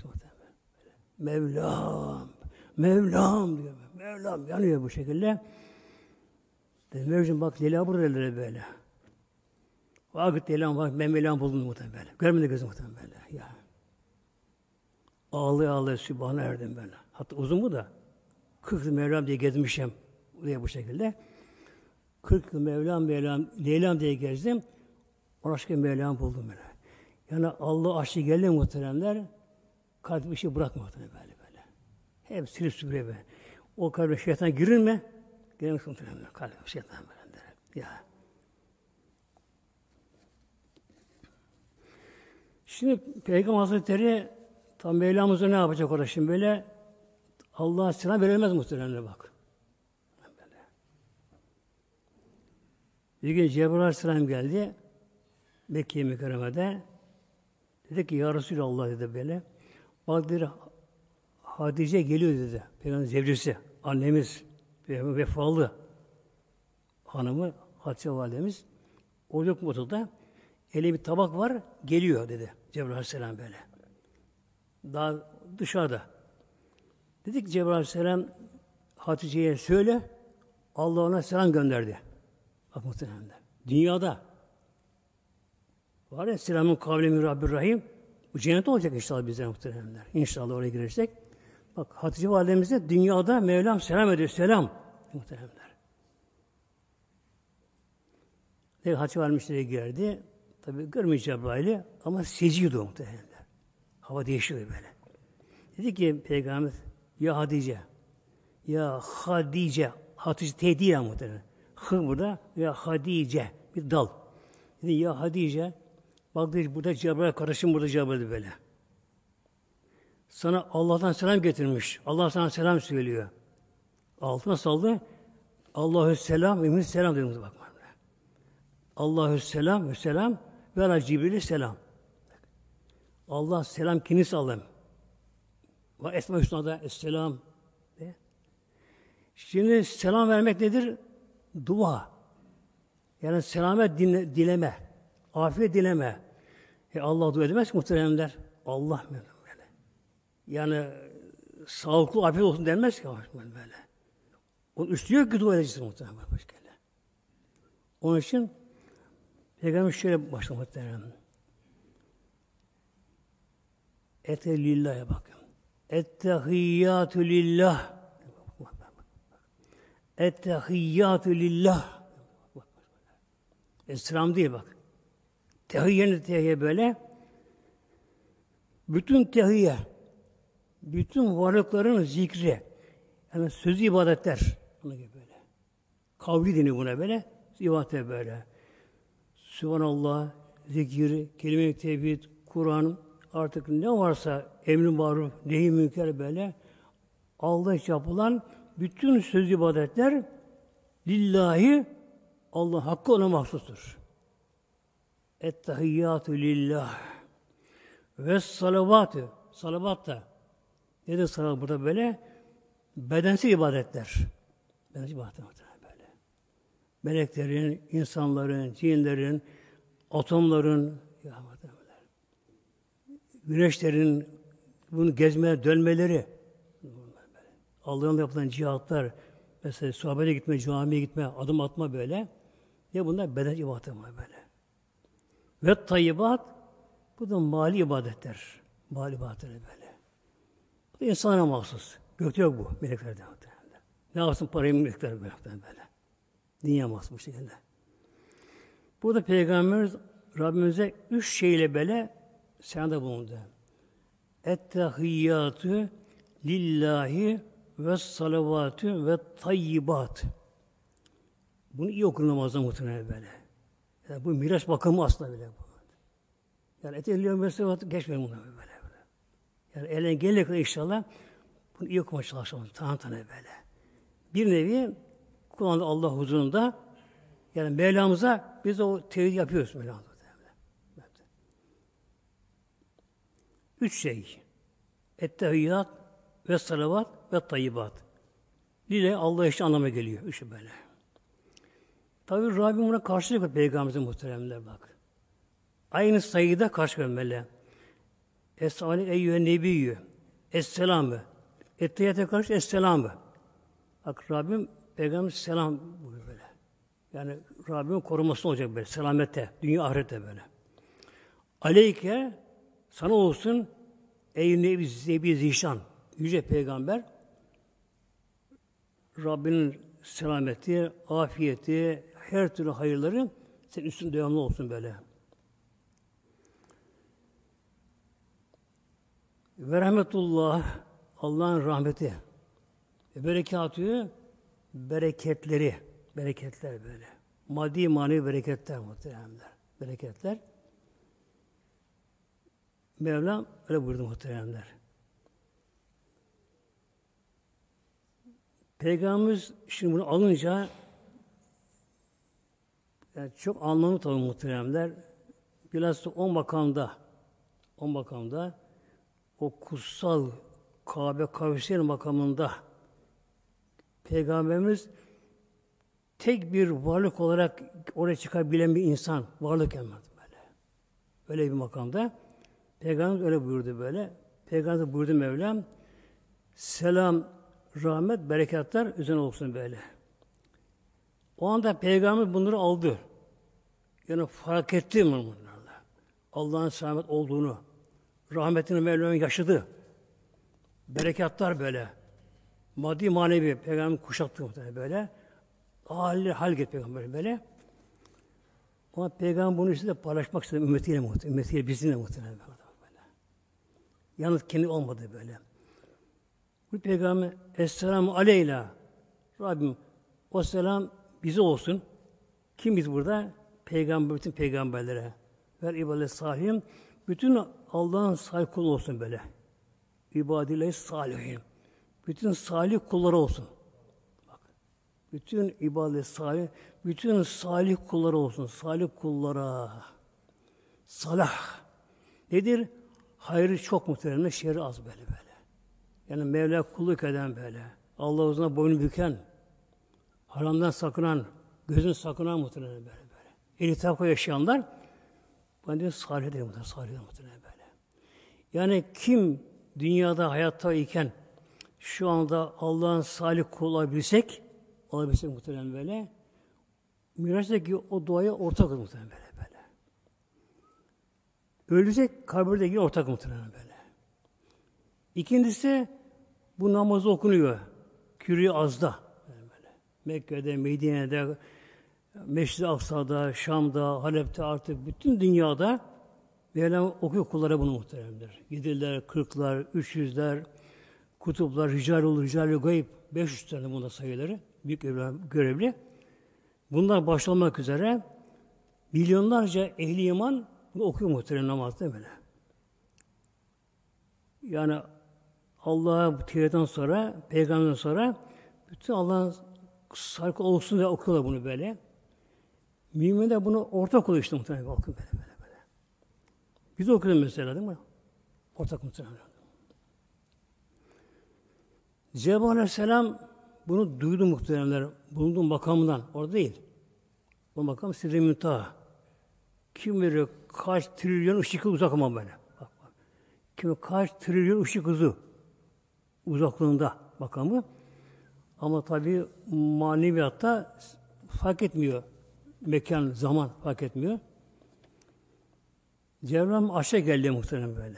Mevlam, Mevlam diyor. Mevlam yanıyor bu şekilde. Mecnun bak Leyla burada elleri böyle. Vakit Leyla'm bak ben Mevlam buldum muhtemelen böyle. Görmedi gözüm muhtemelen böyle. Ya. Ağlaya ağlaya Sübhan'a erdim böyle. Hatta uzun bu da. kırk yıl Mevlam diye gezmişim. Buraya bu şekilde. kırk yıl Mevlam, Mevlam, Leyla'm diye gezdim. O aşkı Mevlam buldum böyle. Yani Allah aşkı geldi muhteremler. Kalp bir şey bırakma muhterem böyle böyle. Hep silip süpürüyor böyle. O kalbe şeytan girir mi? Giremez muhteremler. Kalbe şeytan böyle. Ya. Şimdi Peygamber Hazretleri tam Mevlamız'a ne yapacak orada şimdi böyle? Allah'a selam verilmez muhtemelen bak. Böyle. Bir gün Cebrail Aleyhisselam geldi. Mekke-i Mükerreme'de. Dedi ki ya Resulallah dedi böyle. Bak dedi Hatice geliyor dedi. Peygamber zevcesi, annemiz, Peygamber vefalı hanımı Hatice validemiz. O yok motoda. Eli bir tabak var, geliyor dedi Cebrail Aleyhisselam böyle. Daha dışarıda. Dedi ki Cebrail Aleyhisselam Hatice'ye söyle, Allah ona selam gönderdi. Bak muhtemelen. Dünyada var ya selamun kavle-i Rabbir-Rahim. Bu cennet olacak inşallah bizden muhtemelen. İnşallah oraya girersek. Bak Hatice validemize dünyada Mevlam selam ediyor. Selam. Muhtemelen. Ne Hatice validemize girdi. Tabi görmüyor Cebrail'i ama seziyordu muhtemelen. Hava değişiyordu böyle. Dedi ki Peygamber ya Hatice Ya Hadice. Hatice tehdiye muhtemelen. Hı burada. Ya Hadice. Bir dal. Dedi, ya Hadice. Bak dedi, burada Cebrail kardeşim burada Cebrail böyle. Sana Allah'tan selam getirmiş. Allah sana selam söylüyor. Altına saldı. Allahü selam, emin selam dedim bak. Allahü selam ve selam ve ala Cibril'e selam. Allah selam kendisi Allah'ım. Ve Esma Hüsna'da Esselam. Şimdi selam vermek nedir? Dua. Yani selamet dinle, dileme. Afiyet dileme. E Allah dua edemez ki muhteremler. Allah böyle. Yani sağlıklı afiyet olsun denmez ki böyle. Onun üstü yok ki dua edeceksin muhterem. Onun için Peygamber şöyle başladı muhterem. Ete lillahi bakın. Ettehiyyatü lillah. Ettehiyyatü lillah. Esselam değil bak. Tehiyyenin tehiyye böyle. Bütün tehiyye, bütün varlıkların zikri, yani sözü ibadetler. Buna gibi böyle. Kavli deniyor buna böyle. İbadet böyle. Sübhanallah, zikir, kelime-i tevhid, Kur'an, artık ne varsa emri maruf, nehi münker böyle Allah için yapılan bütün söz ibadetler lillahi Allah hakkı ona mahsustur. Ettehiyyatü lillah ve salavatü salavat da nedir salavat burada böyle? Bedensiz ibadetler. Bedensiz ibadetler böyle. Meleklerin, insanların, cinlerin, atomların, güneşlerin bunu gezmeye dönmeleri, Allah'ın yapılan cihatlar, mesela sohbete gitme, camiye gitme, adım atma böyle. Ya bunlar beden ibadeti böyle. Ve tayyibat, bu da mali ibadetler. Mali ibadetler böyle. Bu da insana mahsus. Gökte yok bu, meleklerde. Ne yapsın parayı melekler böyle. böyle. Dünya mahsus bu şekilde. Burada Peygamberimiz Rabbimize üç şeyle böyle senede bulundu. Ettehiyyatü lillahi ve salavatü ve tayyibat. Bunu iyi okun namazda muhtemelen böyle. Yani bu miraç bakımı aslında bile bu. Yani etehiyatü ve salavatü geçmeyin buna böyle. böyle. Yani elden gelene kadar inşallah bunu iyi okumaya çalışalım. Tane tane böyle. Bir nevi Kur'an'da Allah huzurunda yani Mevlamıza biz o tevhid yapıyoruz Mevlamıza. Üç şey. Ettehiyyat ve salavat ve tayyibat. Lile Allah için anlama geliyor. Üçü böyle. Tabi Rabbim buna karşılık veriyor Peygamberimizin muhteremler bak. Aynı sayıda karşı vermeli. Es-salih eyyühe nebiyyü. Es-selamı. Ettehiyyate karşı es-selamı. Bak Rabbim Peygamber selam buyuruyor böyle. Yani Rabbimin koruması olacak böyle. Selamette. Dünya ahirette böyle. Aleyke sana olsun ey nebi, nebi zişan. Yüce Peygamber Rabbinin selameti, afiyeti, her türlü hayırları senin üstün devamlı olsun böyle. Ve rahmetullah, Allah'ın rahmeti ve berekatü, bereketleri, bereketler böyle. Maddi manevi bereketler muhteremler. Bereketler. Mevlam öyle buyurdu muhteremler. Peygamberimiz şimdi bunu alınca yani çok anlamlı tabi muhteremler. Biraz da on makamda on makamda o kutsal Kabe Kavşehir makamında Peygamberimiz tek bir varlık olarak oraya çıkabilen bir insan varlık gelmedi böyle. Öyle bir makamda Peygamberimiz öyle buyurdu böyle. Peygamberimiz buyurdu Mevlam selam, rahmet, bereketler üzerine olsun böyle. O anda Peygamber bunları aldı. Yani fark etti mi bunlarla? Allah'ın selamet olduğunu, rahmetini Mevlam'ın yaşadı. Bereketler böyle. Maddi manevi Peygamber kuşattı muhtemelen böyle. Hali hal get Peygamber böyle. Ama Peygamber bunu işte paylaşmak istedi ümmetiyle muhtemelen. Ümmetiyle bizimle muhtemelen böyle. Yalnız kendi olmadı böyle. Bu peygamber Esselamu aleyna. Rabbim o selam bize olsun. Kim biz burada? Peygamber, bütün peygamberlere. Ver ibadet salihin. Bütün Allah'ın salih kulu olsun böyle. İbadillahi salihin. Bütün salih kulları olsun. Bak. Bütün ibadet salih, bütün salih kulları olsun. Salih kullara. Salah. Nedir? Hayrı çok muhtemelen, şerri az böyle böyle. Yani Mevla kulluk eden böyle. Allah huzuruna boynu büken, haramdan sakınan, gözün sakınan muhtemelen böyle böyle. Eli takva yaşayanlar, ben diyor salih değil muhtemelen, salih değil muhtemelen böyle. Yani kim dünyada hayatta iken şu anda Allah'ın salih kulu olabilsek, olabilsek muhtemelen böyle, Miraç'taki o duaya ortak olur muhtemelen böyle böyle. Ölecek, kabirde yine ortak muhtemelen böyle. İkincisi, bu namazı okunuyor. Kürü azda. Böyle. Mekke'de, Medine'de, Meşrid-i Aksa'da, Şam'da, Halep'te artık bütün dünyada Mevlam okuyor kullara bunu muhteremdir. Yediler, kırklar, üç yüzler, kutuplar, rical-ül rical-ül gayb, beş yüz tane bunda sayıları, büyük görevli. Bunlar başlamak üzere milyonlarca ehli iman bunu okuyor muhterem namazda böyle. Yani Allah'a tevhidden sonra, peygamberden sonra bütün Allah'ın sarkı olsun diye okuyorlar bunu böyle. Müminler bunu ortak oluyor işte muhtemelen okuyor böyle böyle böyle. Biz de okuyoruz mesela değil mi? Ortak muhtemelen. Cebrail Aleyhisselam bunu duydu muhteremler. Bulunduğu makamından. Orada değil. O makam Sidre-i Münteha. Kim bilir kaç trilyon ışık yılı uzak ama böyle. Bak, bak. Kim kaç trilyon ışık hızı uzaklığında makamı. Ama tabii maneviyatta fark etmiyor. Mekan, zaman fark etmiyor. Cebrail aşağı geldi muhtemelen böyle.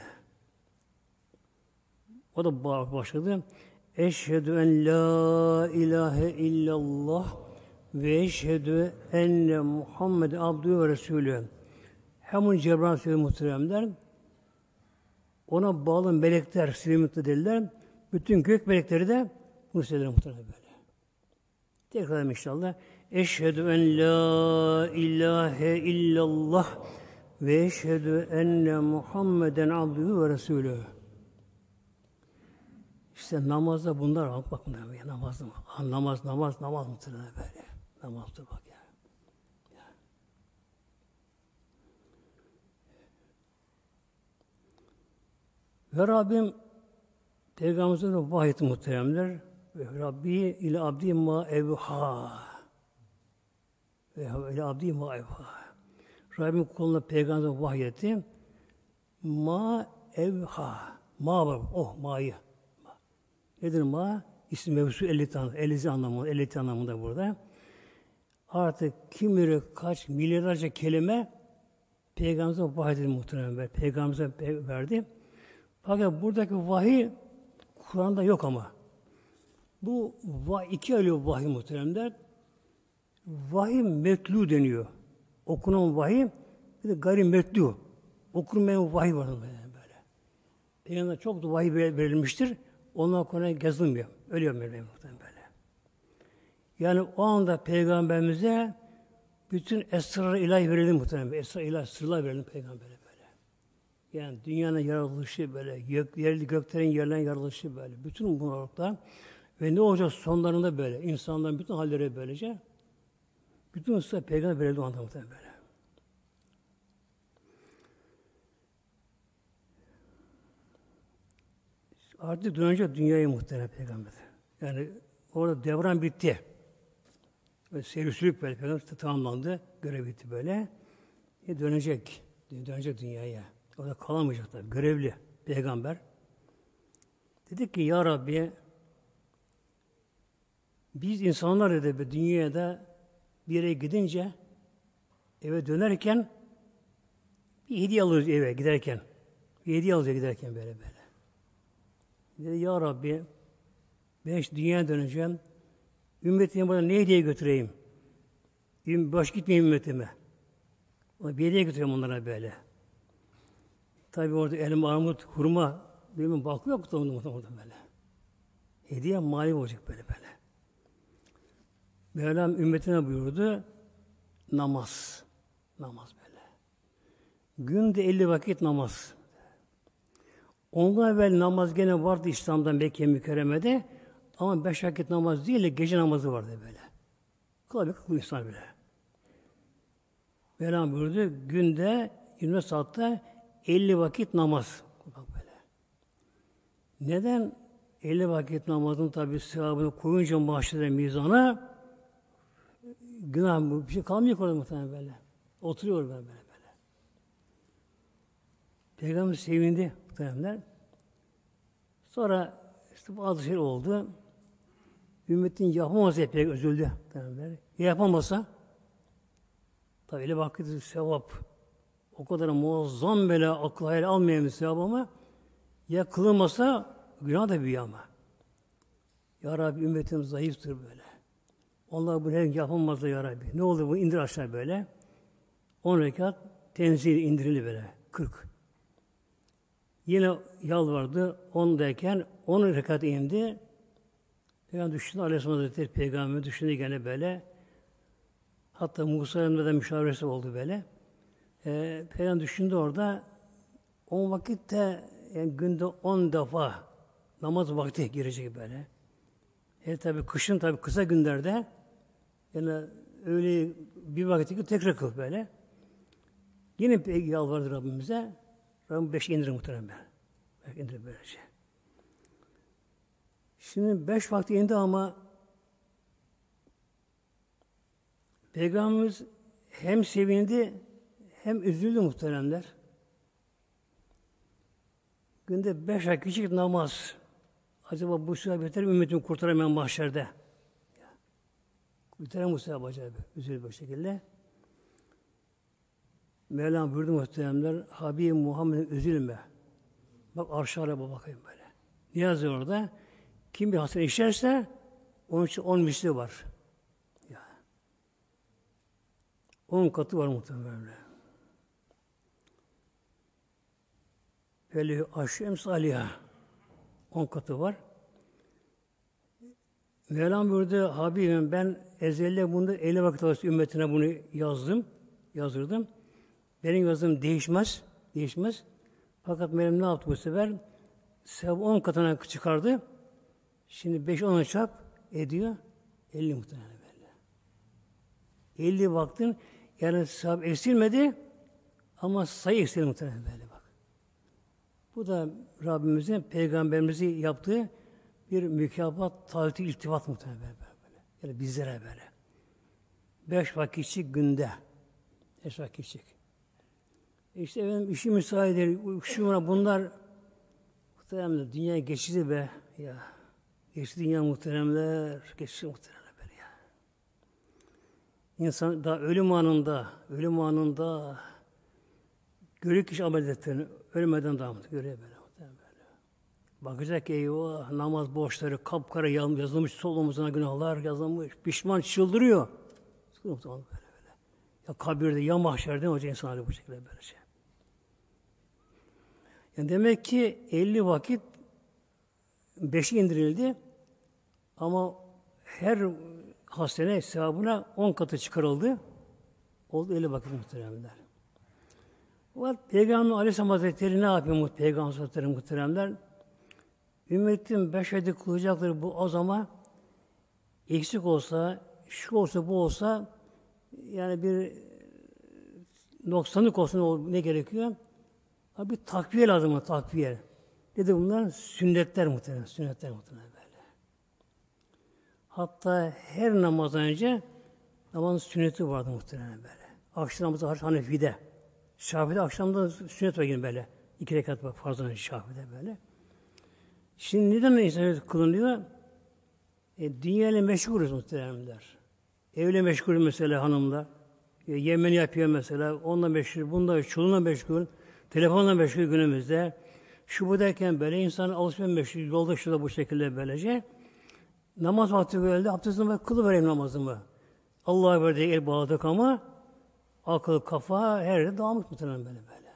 O da başladı. Eşhedü en la ilahe illallah ve eşhedü enne Muhammed abdühü ve resulü. Hemen Cebrail söyledi muhteremler. Ona bağlı melekler, silimutlu dediler. Bütün gök melekleri de bunu söylediler muhteremler böyle. Tekrar inşallah. Eşhedü en la ilahe illallah ve eşhedü enne Muhammeden abdühü ve resulü. İşte namazda bunlar var. Bak bunlar namaz mı? Namaz, namaz, namaz muhtemelen böyle. Namazdır bak ya. ya. Ve Rabbim Peygamberimizin vahiyeti muhteremler. Ve Rabbi ile abdi ma evha. Ve ile abdi ma evha. Rabbim kuluna Peygamberimizin vahiyeti ma evha. Ma var. Oh ma'yı. Nedir ma? İsim mevzu elli elli anlamında, elli anlamında burada. Artık kim bilir kaç milyarlarca kelime Peygamberimize vahiy muhtemelen Peygamberimize verdi. Fakat buradaki vahiy Kur'an'da yok ama. Bu iki ayrı vahiy muhteremler. Vahiy metlu deniyor. Okunan vahiy bir de gayri metlu. Okunmayan vahiy var böyle. Peygamber'e çok da vahiy verilmiştir. Ondan sonra yazılmıyor. Öyle yapmıyor muhtemelen böyle. Yani o anda Peygamberimize bütün esrar-ı ilahi verildi muhtemelen. Esrar-ı ilahi sırlar verildi Peygamber'e böyle. Yani dünyanın yaratılışı böyle, gök, yerli göklerin yerlerin yaratılışı böyle. Bütün bunlar ve ne olacak sonlarında böyle. İnsanların bütün halleri böylece. Bütün ısrar Peygamber verildi o anda muhtemelen böyle. Artık dönecek dünyaya muhtemelen Peygamber. Yani orada devran bitti. Ve seyircilik böyle Peygamber tamamlandı. Görev bitti böyle. E dönecek. Dönecek dünyaya. Orada kalamayacak tabii. Görevli Peygamber. Dedi ki ya Rabbi biz insanlar dedi dünyaya da bir yere gidince eve dönerken bir hediye alırız eve giderken. Bir hediye alırız giderken böyle böyle. Dedi ya Rabbi ben işte dünyaya döneceğim. Ümmetime bana ne hediye götüreyim? Baş gitmeyeyim ümmetime. Bir hediye götüreyim onlara böyle. Tabi orada elma, armut, hurma, bilmem bakı yoktu orada böyle. hediye mali olacak böyle böyle. Mevlam ümmetine buyurdu, namaz. Namaz böyle. Günde elli vakit namaz. Ondan evvel namaz gene vardı İslam'dan Mekke mükerremede ama beş vakit namaz değil de gece namazı vardı böyle. Kalabalık bu insan bile. Mevlam buyurdu, günde yirmi saatte elli vakit namaz. Bak böyle. Neden? elli vakit namazın tabi sevabını koyunca mahşere mizana günah bir şey kalmıyor orada muhtemelen böyle. Oturuyor böyle böyle. böyle. Peygamber sevindi muhtemelenler. Sonra işte bazı şey oldu. Ümmetin yapamazsa epey üzüldü. Muhtemelenler. Ya yapamasa tabi öyle vakit sevap o kadar muazzam böyle akıl hayal almayan bir sevap ama ya kılınmasa günah da büyüyor ama. Ya Rabbi ümmetim zayıftır böyle. Onlar bunu her gün yapamazlar Ya Rabbi. Ne oldu bu? İndir aşağı böyle. on rekat tenzil indirildi böyle. kırk. Yine yalvardı. ondayken on rekat indi. Peygamber düşündü. Aleyhisselam Hazretleri Peygamber düşündü gene böyle. Hatta Musa'nın da müşaviresi oldu böyle. Ee, Peygamber düşündü orada. on vakitte yani günde on defa namaz vakti girecek böyle. E tabi kışın tabi kısa günlerde yani öyle bir vakit tekrar kıl böyle. Yine yalvardı Rabbimize. Rabbim beş indirir muhtemelen. Beş indirir böylece. Şimdi beş vakti indi ama Peygamberimiz hem sevindi hem üzüldü muhteremler. Günde beş ay küçük namaz. Acaba bu sevap yeter mi ümmetimi kurtaramayan mahşerde? Kurtaran bu sevap acaba. Üzüldü bu şekilde. Mevlam buyurdu muhteremler. Habib Muhammed'in üzülme. Bak arş-ı aleme bakayım böyle. Ne yazıyor orada? Kim bir hasene işlerse onun için on misli var. Ya. On katı var muhtemelen. Böyle aşu emsaliha. On katı var. Mevlam buyurdu, Habibim ben ezelde bunda elli vakit arası ümmetine bunu yazdım. Yazdırdım. Benim yazdığım değişmez. Değişmez. Fakat Mevlam ne yaptı bu sefer? Sevap on katına çıkardı. Şimdi beş ona çarp ediyor. elli muhtemelen böyle. elli vaktin yani sevap eksilmedi ama sayı eksildi muhtemelen böyle bak. Bu da Rabbimizin Peygamberimizi yaptığı bir mükafat, taahhütü, iltifat muhtemelen böyle, böyle. Yani bizlere böyle. Beş vakitçik günde. Beş vakitçik. İşte efendim işi müsaade değil. Şuna bunlar muhtemelen dünya geçici be. Ya. Geçti dünya muhteremler. Geçti muhteremler böyle ya. İnsan daha ölüm anında, ölüm anında görüyor kişi amel ettiğini ölmeden daha mı görüyor böyle. Bakacak ki eyvah namaz borçları kapkara yazılmış sol omuzuna günahlar yazılmış. Pişman çıldırıyor. Böyle böyle. Ya kabirde ya mahşerde hoca insan hali bu şekilde böyle şey. Yani demek ki elli vakit beşi indirildi ama her hastane sevabına on katı çıkarıldı. Oldu elli vakit muhteremler. Peygamber Aleyhisselam Hazretleri ne yapıyor Peygamber Hazretleri muhteremler? Ümmetin beş ayda kılacakları bu az ama eksik olsa, şu olsa, bu olsa yani bir noksanlık olsun ne gerekiyor? Bir takviye lazım, takviye. Dedi bunlar sünnetler muhtemelen, sünnetler muhtemelen böyle. Hatta her namazdan önce namazın sünneti vardı muhtemelen böyle. Akşam namazı Hanefi'de. Şafii'de akşamda sünnet var yine böyle. İki rekat var farzdan önce Şafii'de böyle. Şimdi neden insan kılınıyor? E, dünyayla meşgulüz muhteremler. Evle meşgul mesela hanımla. E, yemeğini yapıyor mesela. Onunla meşgul, bunda çoluğuna meşgul. Telefonla meşgul günümüzde. Şu bu derken böyle insan alışveriş meşgul. Yolda şurada bu şekilde böylece. Namaz vakti böyle abdestimi kılıvereyim namazımı. Allah'a verdiği el bağladık ama akıl, kafa her yerde dağılmış muhtemelen böyle böyle.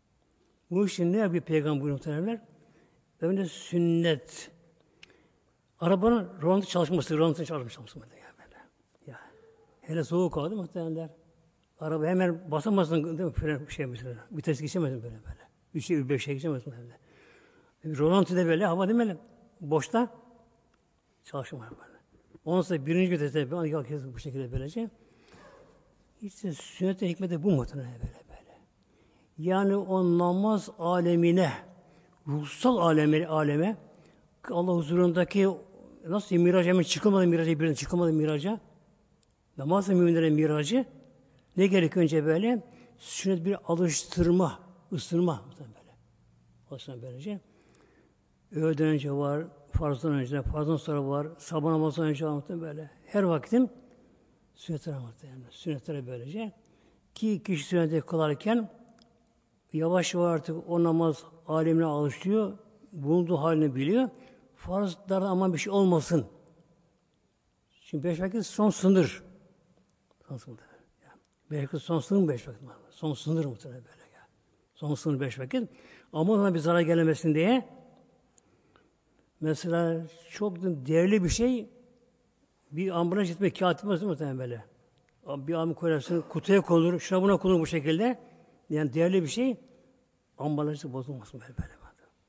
Bu işin ne yapıyor Peygamber muhteremler? Önce sünnet. Arabanın rolanti çalışması, rolanti çalışması böyle. Ya, böyle. Ya. Hele soğuk hava değil mi muhtemelenler? Araba hemen basamazsın değil mi? Fren şey mesela. Vites geçemezsin böyle böyle. Üçe, beşe geçemezsin böyle. Rolanti de böyle hava değil mi? Boşta çalışmıyor böyle. Ondan sonra birinci viteste ben kalkıyoruz bu şekilde böylece. İşte sünnet-i hikmeti bu muhtemelen böyle böyle. Yani o namaz alemine, ruhsal aleme, aleme Allah huzurundaki nasıl miraca mı çıkılmadı miraca birden çıkılmadı miraca namazla müminlerin miracı ne gerek önce böyle sünnet bir alıştırma, ısırma böyle. Alıştırma böylece. Öğleden önce var, farzdan önce, farzdan sonra var, sabah namazdan önce var böyle. Her vakitim sünnetlere muhtemelen. Sünnetlere böylece. Ki kişi sünneti kılarken yavaş yavaş artık o namaz alemine alışıyor. Bulunduğu halini biliyor. Farzlarda aman bir şey olmasın. Şimdi beş vakit son sınır. Son sınır. Yani beş vakit son sınır beş vakit. Son sınır muhtemelen böyle. Yani. Son sınır beş vakit. Ama ona bir zarar gelmesin diye mesela çok değerli bir şey bir ambulans gitmek kağıt muhtemelen böyle. Bir ambulans koyarsın, kutuya konulur, şuna buna konulur bu şekilde. Yani değerli bir şey ambalajı bozulmasın böyle böyle.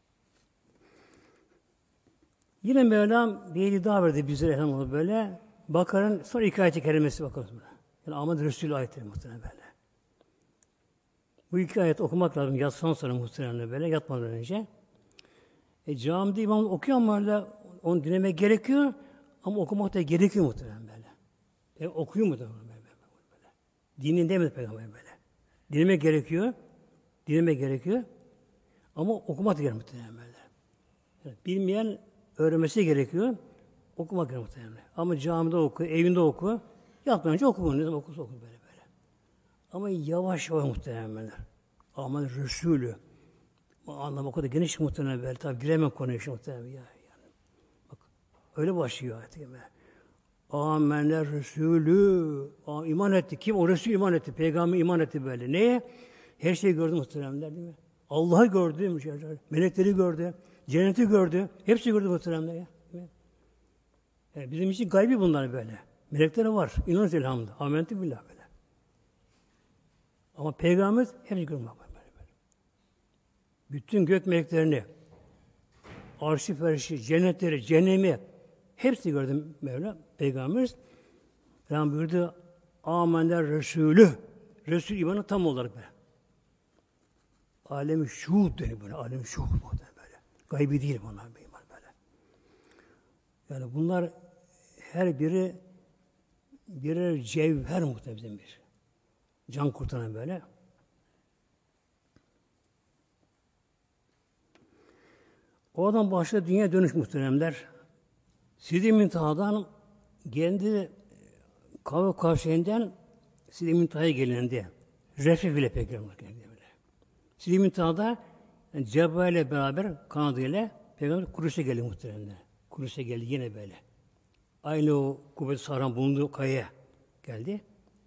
Yine Mevlam bir hediye daha verdi bizlere elhamdülillah böyle. Bakar'ın son iki ayet-i kerimesi bakarız buna. Yani Ahmet Resulü ayetleri muhtemelen böyle. Bu iki ayet okumak lazım yatsan sonra muhtemelen böyle yatmadan önce. E camide imam okuyor ama öyle onu dinlemek gerekiyor ama okumak da gerekiyor muhtemelen böyle. E okuyor mu da böyle, böyle, böyle. Dinin demedi peygamber böyle. Dinlemek gerekiyor. Dinlemek gerekiyor. Ama okumak da gerekiyor muhtemelen böyle. Yani bilmeyen öğrenmesi gerekiyor. Okumak gerekiyor muhtemelen. Ama camide oku, evinde oku. Yatmadan önce oku bunu. Ne zaman okursa oku böyle böyle. Ama yavaş yavaş muhtemelen. Aman Resulü. Anlam o kadar geniş muhtemelen böyle. Tabi giremem konuya şu muhtemelen. Ya, yani. Bak, öyle başlıyor artık. Amener Resulü. İman etti. Kim? O Resul iman etti. Peygamber iman etti böyle. Neye? Her şeyi gördü muhteremler değil mi? Allah'ı gördü. Melekleri gördü. Cenneti gördü. Hepsi gördü muhteremler ya. Yani bizim için gaybi bunlar böyle. Melekler var. İnanırız elhamdülillah. Amenetü billah böyle. Ama Peygamber hepsi görmüyor böyle, böyle. Bütün gök meleklerini, arş-ı ferşi, cennetleri, cehennemi hepsi gördü Mevla. Peygamber Peygamber buyurdu Amener Resulü. Resul imanı tam olarak böyle. Alem-i şuhud deniyor böyle. Alem-i şuhud böyle. Gaybi değil bunlar iman böyle. Yani bunlar her biri birer cevher muhtemelen bir. Can kurtaran böyle. Oradan başladı dünya dönüş muhteremler. Sidr-i Münteha'dan kendi Kavga Kavşağı'ndan Sidr-i Münteha'ya gelindi. Refif ile Peygamber geldi böyle. Sidr-i Münteha'da yani Cebrail ile beraber kanadı ile Peygamber Kudüs'e geldi muhteremler. Kudüs'e geldi yine böyle. Aynı o Kubbet-i Sahran bulunduğu kayaya geldi.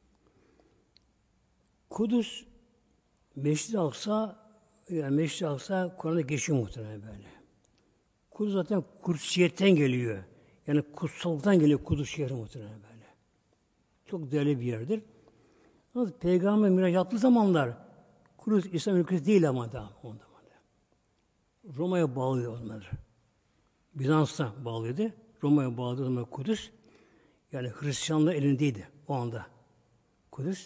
Kudüs Meşrid-i Aksa yani Meşrid-i Aksa Kur'an'da geçiyor muhtemelen böyle. Kudüs zaten Kudsiyet'ten geliyor. Yani kutsallıktan geliyor Kudüs şehri muhtemelen böyle. Çok değerli bir yerdir. Ama Peygamber Miraç yaptığı zamanlar Kudüs İslam ülkesi değil ama da onda. Roma'ya bağlıyor onları. Bizans'a bağlıydı. Roma'ya bağladığı zaman Kudüs yani Hristiyanlığı elindeydi o anda. Kudüs.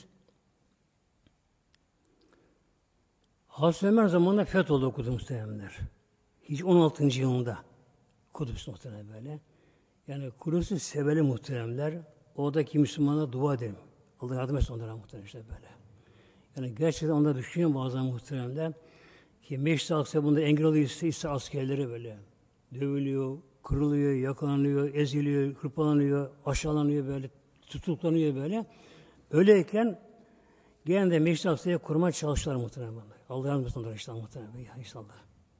Hazreti Ömer zamanında fetholdu Kudüs muhtemelenler. Hiç on altıncı yılında Kudüs muhtemelen böyle. Yani Kudüs'ü seveli muhteremler. Oradaki Müslümanlara dua edelim. Allah yardım etsin onlara muhterem işte böyle. Yani gerçekten onları düşünüyor bazen muhteremler. Ki Meşri Aksa bunda engel oluyor ise, ise askerleri böyle. Dövülüyor, kırılıyor, yakalanıyor, eziliyor, hırpalanıyor, aşağılanıyor böyle, tutuklanıyor böyle. Öyleyken gene de Meşri Aksa'ya kurma çalıştılar muhterem. Allah yardım etsin onlara işte muhterem. İnşallah.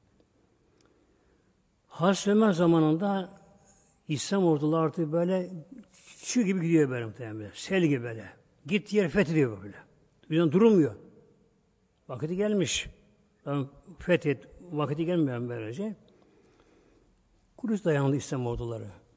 Hazreti Ömer zamanında İslam orduları artık böyle şu gibi gidiyor böyle muhtemelen. Sel gibi böyle. Git yer fethediyor böyle. Birden durulmuyor. Vakiti gelmiş. Yani fethet, vakiti gelmiyor böylece. Kudüs dayandı İslam orduları.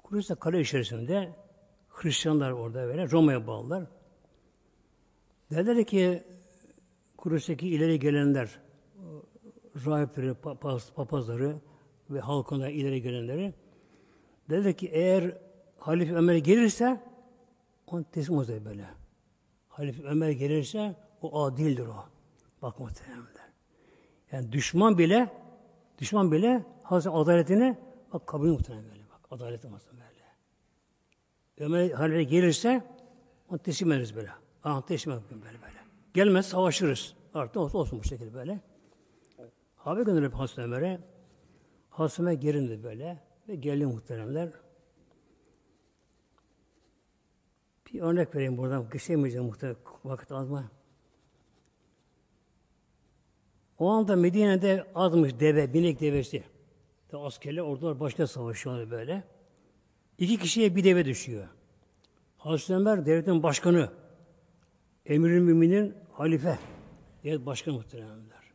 Kudüs'te kale içerisinde Hristiyanlar orada böyle Roma'ya bağlılar. Derler ki Kudüs'teki ileri gelenler, rahipleri, papaz, papazları ve halkına ileri gelenleri derler ki eğer Halife Ömer gelirse onu teslim olacak böyle. Halife Ömer gelirse o adildir o. Bak muhtemelen. Yani düşman bile düşman bile Hazreti adaletini bak kabul muhtemelen böyle. Bak adalet muhtemelen böyle. Ömer Halife gelirse onu teslim ederiz böyle. Aha teslim ederiz böyle böyle. Gelmez savaşırız. Artık olsun, olsun bu şekilde böyle. Haber gönderip Hazreti Ömer'e. Hazreti Ömer gerindi böyle. Ve geldi muhteremler. Bir örnek vereyim buradan. Geçemeyeceğim muhtemelen vakit alma. O anda Medine'de azmış deve, binek devesi. De askerler, ordular başka savaşıyorlar böyle. İki kişiye bir deve düşüyor. Hazreti Ömer devletin başkanı. Emir-i Mümin'in halife. Devlet başkanı muhteremler.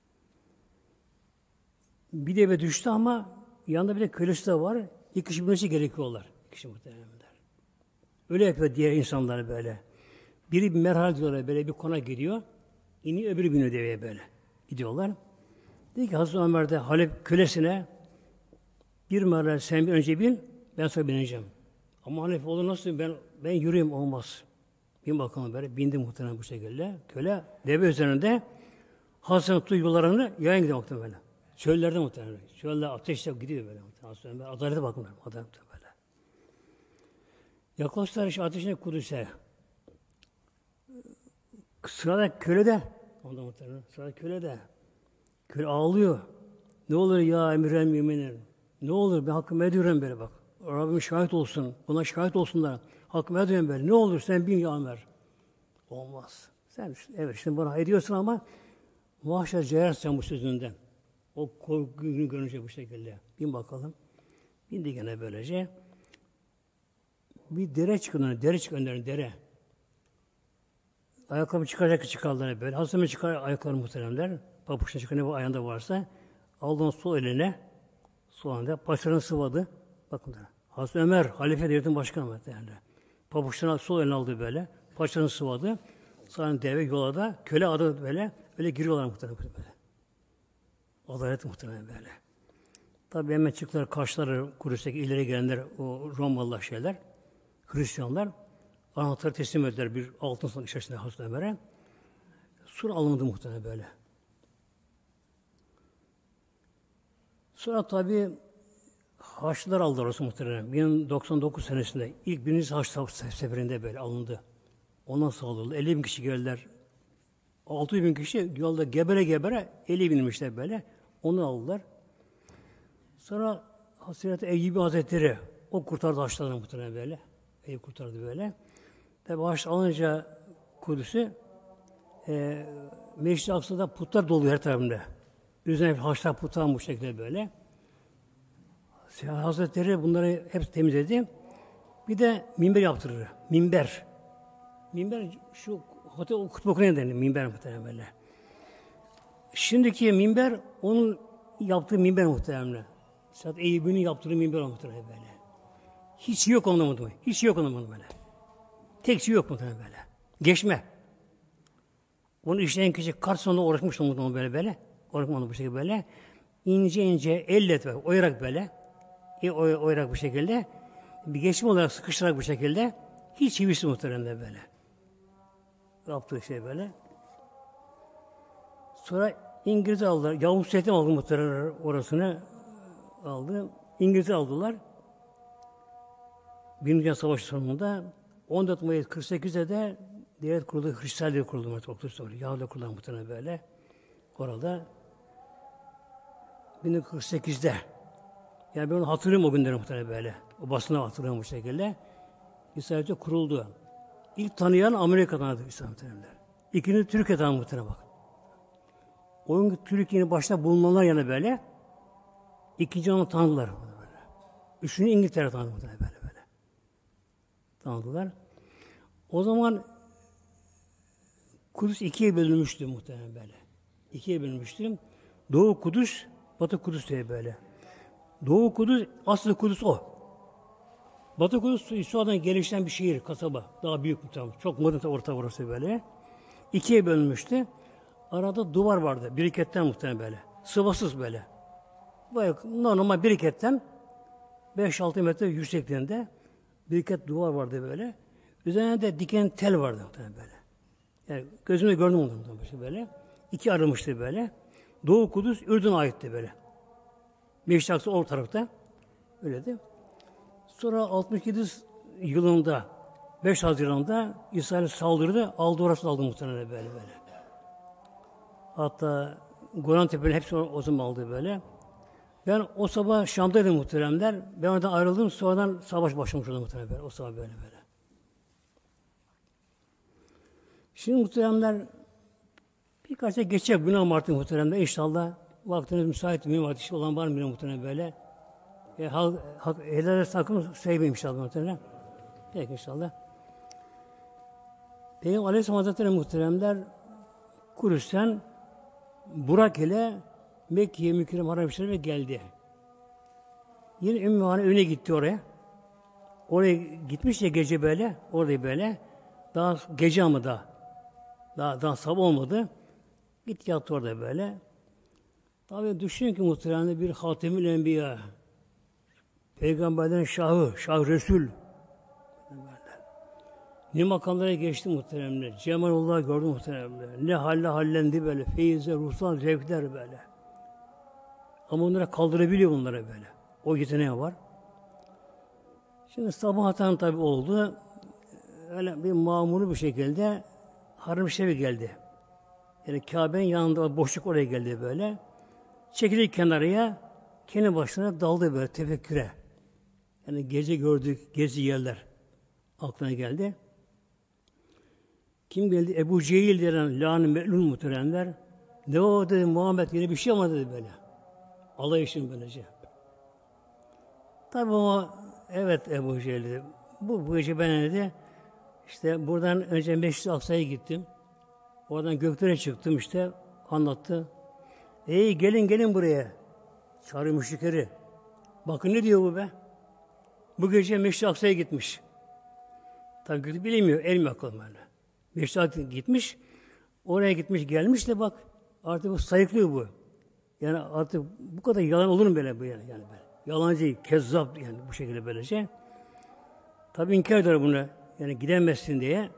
Bir deve düştü ama yanında bir de kölesi de var. İki kişi bilmesi gerekiyorlar. İki kişi muhteremler. Öyle yapıyor diğer insanlar böyle. Biri bir merhale diyorlar böyle bir kona gidiyor. İniyor öbürü biniyor deveye böyle. Gidiyorlar. Dedi ki Hazreti Ömer de Halep kölesine bir merhale sen bir önce bin, ben sonra bineceğim. Ama Halep olur nasıl ben ben yürüyeyim olmaz. Bin bakalım böyle bindi muhtemelen bu şekilde. Köle deve üzerinde Hazreti tuttuğu yollarını yayan gidiyor muhtemelen böyle. Çöllerde muhtemelen. Çölde ateşle gidiyor böyle muhtemelen. Adalete bakın adalete böyle. Yaklaştılar işte ateşine Kudüs'e. Sırada köle de ondan muhtemelen. Sırada köle de. Köle ağlıyor. Ne olur ya emir-i müminin. Ne olur ben hakkımı ediyorum böyle bak. Rabbim şahit olsun. Buna şahit olsunlar. Hakkımı ediyorum böyle. Ne olur sen bin ya Ömer. Olmaz. Sen evet şimdi bana ediyorsun ama mahşer cayarsan bu sözünden. O korkuyu görünce bu şekilde. Bin bakalım. Bindi gene böylece. Bir dere çıkıyor. Dere çıkıyor. Dere. Ayakkabı çıkaracak çıkarlar böyle. Hazreti çıkar ayakları muhteremler. Papuçuna çıkan ne bu ayağında varsa aldı sol eline sol anda paçalarını sıvadı. Bakın da. Hazreti Ömer halife devletin başkanı muhteremler. Papuçlarını sol eline aldı böyle. Paçalarını sıvadı. Sonra deve yola da köle adı böyle. Öyle giriyorlar muhteremler böyle. Adalet muhteremler böyle. Tabii hemen çıktılar karşıları Kudüs'teki ileri gelenler o Romalılar şeyler. Hristiyanlar anahtarı teslim ettiler bir altın sandık içerisinde Hazreti Ömer'e. Sonra alındı muhtemelen böyle. Sonra tabii Haçlılar aldılar orası muhtemelen. bin doksan dokuz senesinde ilk birinci Haç seferinde böyle alındı. Ondan sağladı. elli bin kişi geldiler. altı bin kişi yolda gebere gebere elli binmişler böyle. Onu aldılar. Sonra Hazreti Eyyubi Hazretleri o kurtardı Haçlılarını muhtemelen böyle. Eyyubi kurtardı böyle. Tabi Haç alınca Kudüs'ü e, Meşri Aksa'da putlar dolu her tarafında. Üzerine Haçlar putlar bu şekilde böyle. Hazretleri bunları hep temizledi. Bir de minber yaptırır. Minber. Minber şu hotel kutbu okunan denir. Minber muhtemelen böyle. Şimdiki minber onun yaptığı minber muhtemelen. Saat Eyyubi'nin yaptığı minber muhtemelen böyle. Hiç yok onda muhtemelen. Hiç yok onda böyle. Tek şey yok muhtemelen böyle. Geçme. Onu işleyen kişi kart sonunda uğraşmış muhtemelen böyle böyle. Uğraşmadı bu şekilde böyle. İnce ince elle böyle, oyarak böyle. E, oy, oyarak bu şekilde. Bir geçme olarak sıkıştırarak bu şekilde. Hiç çivisi muhtemelen böyle. Yaptığı şey böyle. Sonra İngiliz aldılar. Yavuz Selim aldı muhtemelen orasını aldı. İngiliz aldılar. Birinci Dünya Savaşı sonunda on dört Mayıs kırk sekizde de devlet kurulu, Hristiyan devlet kurulu. Yahudi kurulu muhtemelen böyle. Orada bin dokuz yüz kırk sekizde yani ben onu hatırlıyorum o günleri muhtemelen böyle. O basına hatırlıyorum bu şekilde. İsrail'de kuruldu. İlk tanıyan Amerika'dan İslam muhtemelen. İkinci Türkiye'den muhtemelen bak. O gün Türkiye'nin başında bulunanlar yana böyle. İkinci onu tanıdılar. Böyle. Üçüncü İngiltere tanıdı muhtemelen böyle böyle. Tanıdılar. O zaman Kudüs ikiye bölünmüştü muhtemelen böyle. İkiye bölünmüştü. Doğu Kudüs, Batı Kudüs diye böyle. Doğu Kudüs, asıl Kudüs o. Batı Kudüs sonradan gelişen bir şehir, kasaba. Daha büyük muhtemelen. Çok modern orta burası böyle. İkiye bölünmüştü. Arada duvar vardı. Biriketten muhtemelen böyle. Sıvasız böyle. Böyle normal biriketten beş altı metre yüksekliğinde biriket duvar vardı böyle. Üzerine de diken tel vardı muhtemelen böyle. Yani gözümle gördüm onu böyle. İki ayrılmıştı böyle. Doğu Kudüs Ürdün'e aitti böyle. Meşri Aksa o tarafta. Öyleydi. Sonra altmış yedi yılında beş Haziran'da İsrail saldırdı. Aldı orası aldı muhtemelen böyle böyle. Hatta Golan Tepe'nin hepsi o zaman aldı böyle. Ben o sabah Şam'daydım muhteremler. Ben oradan ayrıldım. Sonradan savaş başlamış oldu muhteremler. Böyle. O sabah böyle böyle. Şimdi muhteremler birkaç şey geçecek. Günah artık muhteremler. İnşallah vaktiniz müsait mi? Vakti olan var mı muhteremler böyle? E, hak, hak, helal sakın sevmeyeyim inşallah muhteremler. Peki inşallah. Peygamber Aleyhisselam Hazretleri muhteremler Kudüs'ten Burak ile Mekke'ye Mükerrem Haram-ı Şerif'e geldi. Yine Ümmü Hane öne gitti oraya. Oraya gitmiş ya gece böyle, orada böyle. Daha gece ama daha. Daha, daha sabah olmadı. Git yattı orada böyle. Tabii düşünün ki muhtemelen bir Hatemül Enbiya. Peygamberlerin şahı, şah Resul. Ne makamlara geçti muhteremler. Cemalullah'ı gördü muhteremler. Ne halle hallendi böyle. Feyizler, ruhsal zevkler böyle. Ama onlara kaldırabiliyor bunlara böyle. O yeteneği var. Şimdi sabah hatan tabi oldu. Öyle bir mamuru bir şekilde Haram-ı Şerif geldi. Yani Kabe'nin yanında boşluk oraya geldi böyle. Çekildi kenarıya. Kendi başına daldı böyle tefekküre. Yani gece gördük, gezi yerler aklına geldi. Kim geldi? Ebu Cehil denen lâne me'lûn muhteremler. Ne o dedi Muhammed yine bir şey ama dedi böyle. Allah için böylece. Tabi o evet Ebu Cehil dedi. Bu, bu gece ben dedi işte buradan önce Meşri Aksa'ya gittim. Oradan göklere çıktım işte anlattı. Ey gelin gelin buraya. Çağırıyor müşrikleri. Bakın ne diyor bu be? Bu gece Meşri Aksa'ya gitmiş. Tabi bilmiyor. El mi akıllı böyle. Meşri Aksa gitmiş. Oraya gitmiş gelmiş de bak artık bu sayıklıyor bu. Yani artık bu kadar yalan olur mu böyle bu yani? yani böyle. Yalancı, kezzap yani bu şekilde böylece. Tabi inkar eder bunu. Yani gidemezsin diye.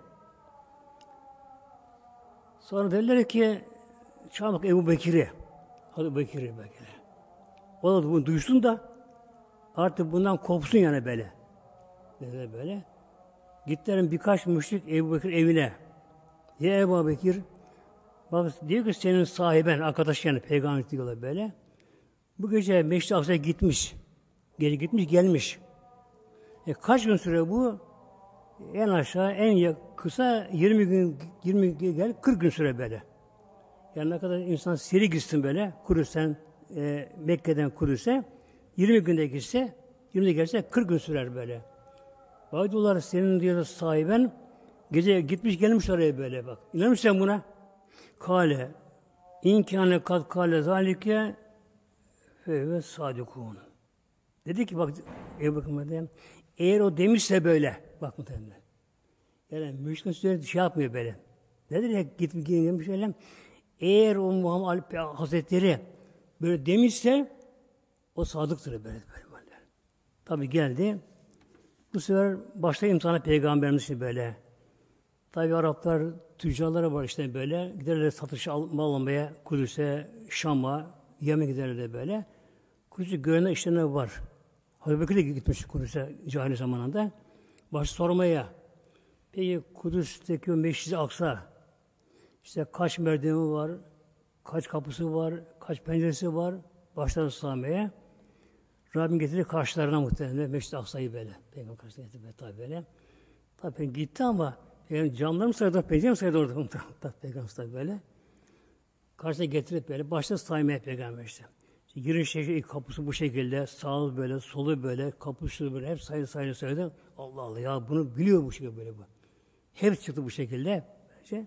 Sonra derler ki çabuk Ebu Bekir'i. Hadi Bekir'i Bekir'i. O da bunu duysun da artık bundan kopsun yani böyle. Dediler böyle. Gittiler birkaç müşrik Ebu Bekir evine. Ya Ebu Bekir bak diyor ki senin sahiben, arkadaş yani peygamber diyorlar böyle. Bu gece Meşri Aksa'ya gitmiş. Geri gitmiş gelmiş. E, kaç gün süre bu? En aşağı en kısa yirmi gün yirmi gün gel kırk gün süre böyle. Yani ne kadar insan seri gitsin böyle Kudüs'ten e, Mekke'den Kudüs'e yirmi günde gitse yirmi günde gelse kırk gün sürer böyle. Baydolar senin diyor sahiben gece gitmiş gelmiş oraya böyle bak. İnanır mısın sen buna? Kale inkâne kad kâle zâlike fe sadikûn. Dedi ki bak Ebu Bekir eğer o demişse böyle bak muhtemelen. Yani müşkün sürekli şey yapmıyor böyle. Nedir ya gitmiş gelmiş öyle. Eğer o Muhammed Hazretleri böyle demişse o sadıktır böyle böyle. böyle. Tabi geldi. Bu sefer başta imtihana peygamberimiz böyle. Tabi Araplar tüccarları var işte böyle. Giderler satış mal almaya Kudüs'e, Şam'a, Yemen'e giderler böyle. Kudüs'ü görene işlerine var. Hazreti Bekir de gitmiş Kudüs'e cahil zamanında. Baş sormaya. Peki Kudüs'teki o Meşri Aksa işte kaç merdiveni var, kaç kapısı var, kaç penceresi var başladı sığmaya. Rabbim getirdi karşılarına muhtemelen Meşri Aksa'yı böyle. Peygamber karşısına getirdi tabi böyle. Tabi gitti ama yani camlar mı sayıldı, pencere mi sayıldı orada muhtemelen Peygamber tabi böyle. Karşısına getirip böyle başladı saymaya Peygamber işte. İşte giriş şey, kapısı bu şekilde, sağı böyle, solu böyle, kapısı böyle, hep sayı sayı saydı. Allah Allah ya bunu biliyor bu şekilde böyle bu. Hep çıktı bu şekilde. Şey.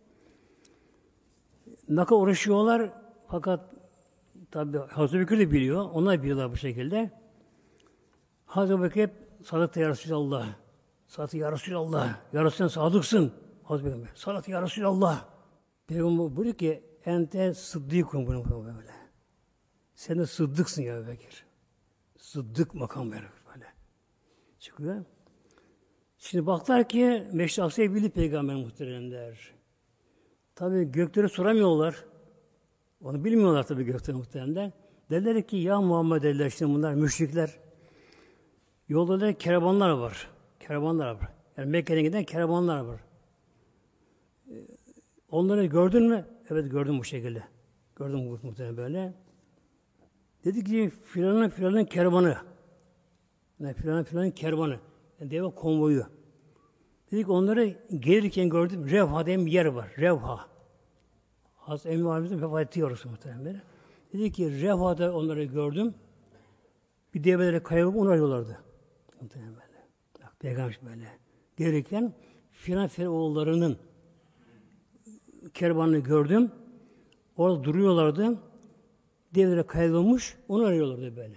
Naka uğraşıyorlar fakat tabi Hazreti Bekir de biliyor, onlar biliyorlar bu şekilde. Hazreti Bekir hep Sadık ya Resulallah. Sadık ya Resulallah. Ya Resulallah sadıksın. Hazreti Peygamber. Sadık ya Resulallah. Peygamber buyuruyor ki ente sıddıkun bunu böyle. Sen de sıddıksın ya Ebu Bekir. Sıddık makam böyle. Çıkıyor. Şimdi baktılar ki Meşri Aksa'yı bildi Peygamber muhteremler. Tabi gökleri soramıyorlar. Onu bilmiyorlar tabi gökleri muhteremler. Dediler ki ya Muhammed dediler şimdi bunlar müşrikler. Yolda da kervanlar var. Kervanlar var. Yani Mekke'den giden kervanlar var. Onları gördün mü? Evet gördüm bu şekilde. Gördüm muhtemelen böyle. Dedi ki filanın filanın kervanı. Yani filanın filanın kervanı. Yani deve konvoyu. Dedi ki onları gelirken gördüm. Revha diye bir yer var. Revha. Hazreti Emmi Validemizin vefat ettiği orası muhtemelen. Dedi ki Revha'da onları gördüm. Bir develere kayılıp onu arıyorlardı. Muhtemelen böyle. Bak, Peygamber böyle. Gelirken filan filan oğullarının kervanını gördüm. Orada duruyorlardı. Develere kaybolmuş, onu arıyorlardı böyle.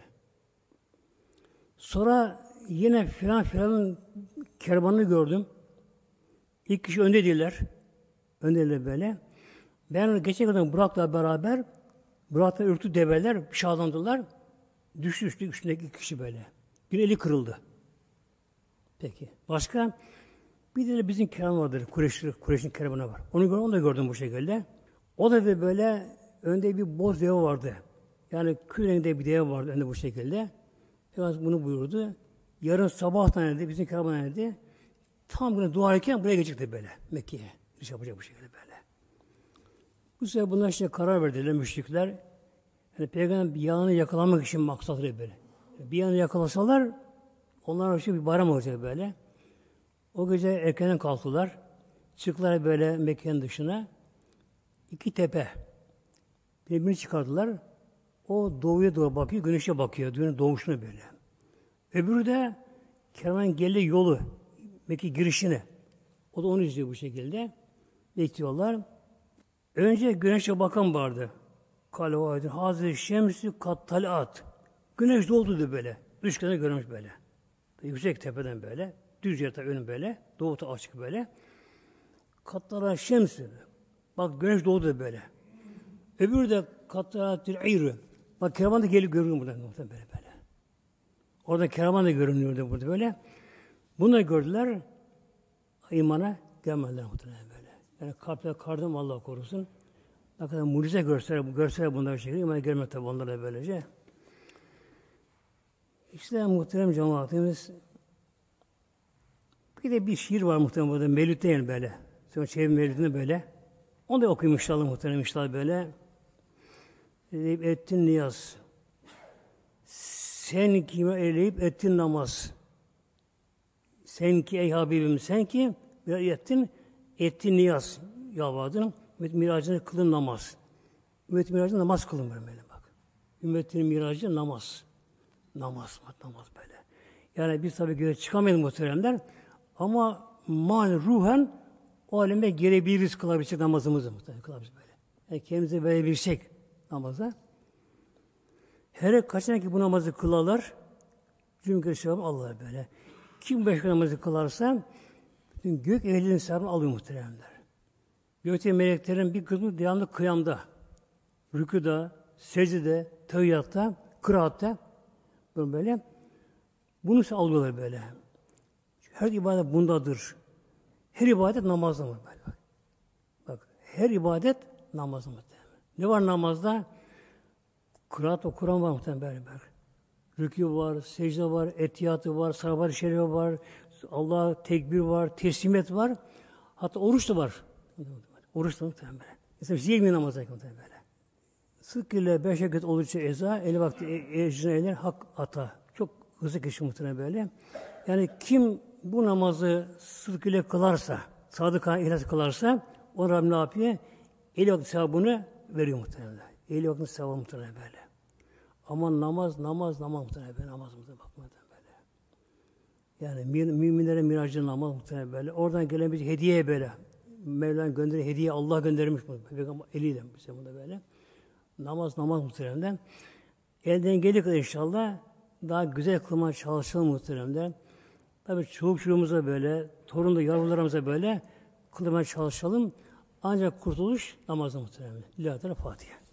Sonra yine filan filanın kervanını gördüm. İlk kişi öndeydiler. Öndeydiler böyle. Ben geçen kadar Burak'la beraber Burak'ta ürktü develer, şahlandılar. Düştü üstü üstündeki iki kişi böyle. Bir eli kırıldı. Peki. Başka? Bir de bizim kervan vardır. Kureyş'in Kureyş'in kervanı var. Onu, onu da gördüm bu şekilde. O da bir böyle önde bir boz deve vardı. Yani kül renginde bir deve vardı önde bu şekilde. Biraz bunu buyurdu. Yarın sabahtan dedi, bizim kervan dedi. Tam bunu dua ederken buraya gelecekti böyle. Mekke'ye. İş yapacak bu şekilde böyle. Bu sefer bunlar işte karar verdiler müşrikler. Yani Peygamber bir yanını yakalamak için maksatları böyle. Bir yanını yakalasalar onlar için bir bayram olacak böyle. O gece erkenden kalktılar. Çıktılar böyle Mekke'nin dışına. İki tepe. Birbirini çıkardılar. O doğuya doğru bakıyor, güneşe bakıyor. Dünyanın doğuşuna böyle. Öbürü de kervan geldi yolu. Mekke girişine. O da onu izliyor bu şekilde. Bekliyorlar. Önce güneşe bakan vardı. Kale o aydın. Hazreti Şemsi kattalat. Güneş doldu böyle. Dış kenarı görmüş böyle. Yüksek tepeden böyle. Düz yer tabii önüm böyle. Doğu da açık böyle. Kattalat Şemsi. Bak güneş doğdu böyle. Öbürü de kattalatil ayrı. Bak kervan da gelip görünüyor buradan böyle böyle. Orada kervan da görünüyordu burada böyle. Bunları gördüler. İmana gelmediler muhtemelen böyle. Yani kalpler kardım Allah korusun. Ne kadar mucize görseler, görseler bunlar şekilde imana gelmedi tabi onlara da böylece. İşte muhterem cemaatimiz bir de bir şiir var muhtemelen burada. Mevlüt'te yani böyle. Sonra çevre Mevlüt'ünde böyle. Onu da okuyayım inşallah muhterem inşallah böyle. Eleyip ettin niyaz. Sen kime eleyip ettin namaz. Sen ki ey Habibim sen ki ettin, ettin niyaz yalvardın. Ümmet miracını kılın namaz. Ümmet miracını namaz kılın böyle bak. Ümmetin miracı namaz. Namaz, namaz böyle. Yani biz tabii göğe çıkamayız muhteremler. Ama man ruhen o aleme girebiliriz kılabilecek namazımızı muhtemelen kılabiliriz böyle. Yani kendimize verebilsek namaza. Her kaçan ki bu namazı kılarlar, cümle sevabı Allah'a böyle. Kim başka namazı kılarsa, bütün gök ehlinin sevabını alıyor muhteremler. Gökte meleklerin bir kısmı devamlı kıyamda, rüküda, secdede, tevhiyatta, kıraatta, böyle. Bunu alıyorlar böyle. Her ibadet bundadır. Her ibadet namazda mı böyle? Bak. Bak, her ibadet namazda mı? Ne var namazda? Kıraat ve Kur'an var muhtemelen böyle böyle. Rükû var, secde var, etiyatı var, salavat-ı şerife var, Allah'a tekbir var, teslimiyet var. Hatta oruç da var. Oruç da muhtemelen böyle. Mesela yirmi namazda muhtemelen böyle. Sık ile beş vakit olursa eza, el vakti ecrine eler, hak ata. Çok hızlı kişi muhtemelen böyle. Yani kim bu namazı sık ile kılarsa, sadıka ihlas kılarsa, o Rabbim ne yapıyor? El vakti sevabını veriyor muhtemelen. El vakti sevabı muhtemelen böyle. Ama namaz, namaz, namaz muhtemelen böyle. Namazımıza bakmadan böyle. Yani müminlere miracı namaz muhtemelen böyle. Oradan gelen bir hediye böyle. Mevlana gönderiyor, hediye Allah göndermiş bunu. Peygamber eliyle bize bunu böyle. Namaz, namaz muhtemelen. Elden gelir kadar inşallah daha güzel kılmaya çalışalım muhtemelen. Tabii çoluk çocuğumuza böyle, torun da yavrularımıza böyle kılmaya çalışalım. Ancak kurtuluş namazda muhtemelen. Lillahi Teala Fatiha.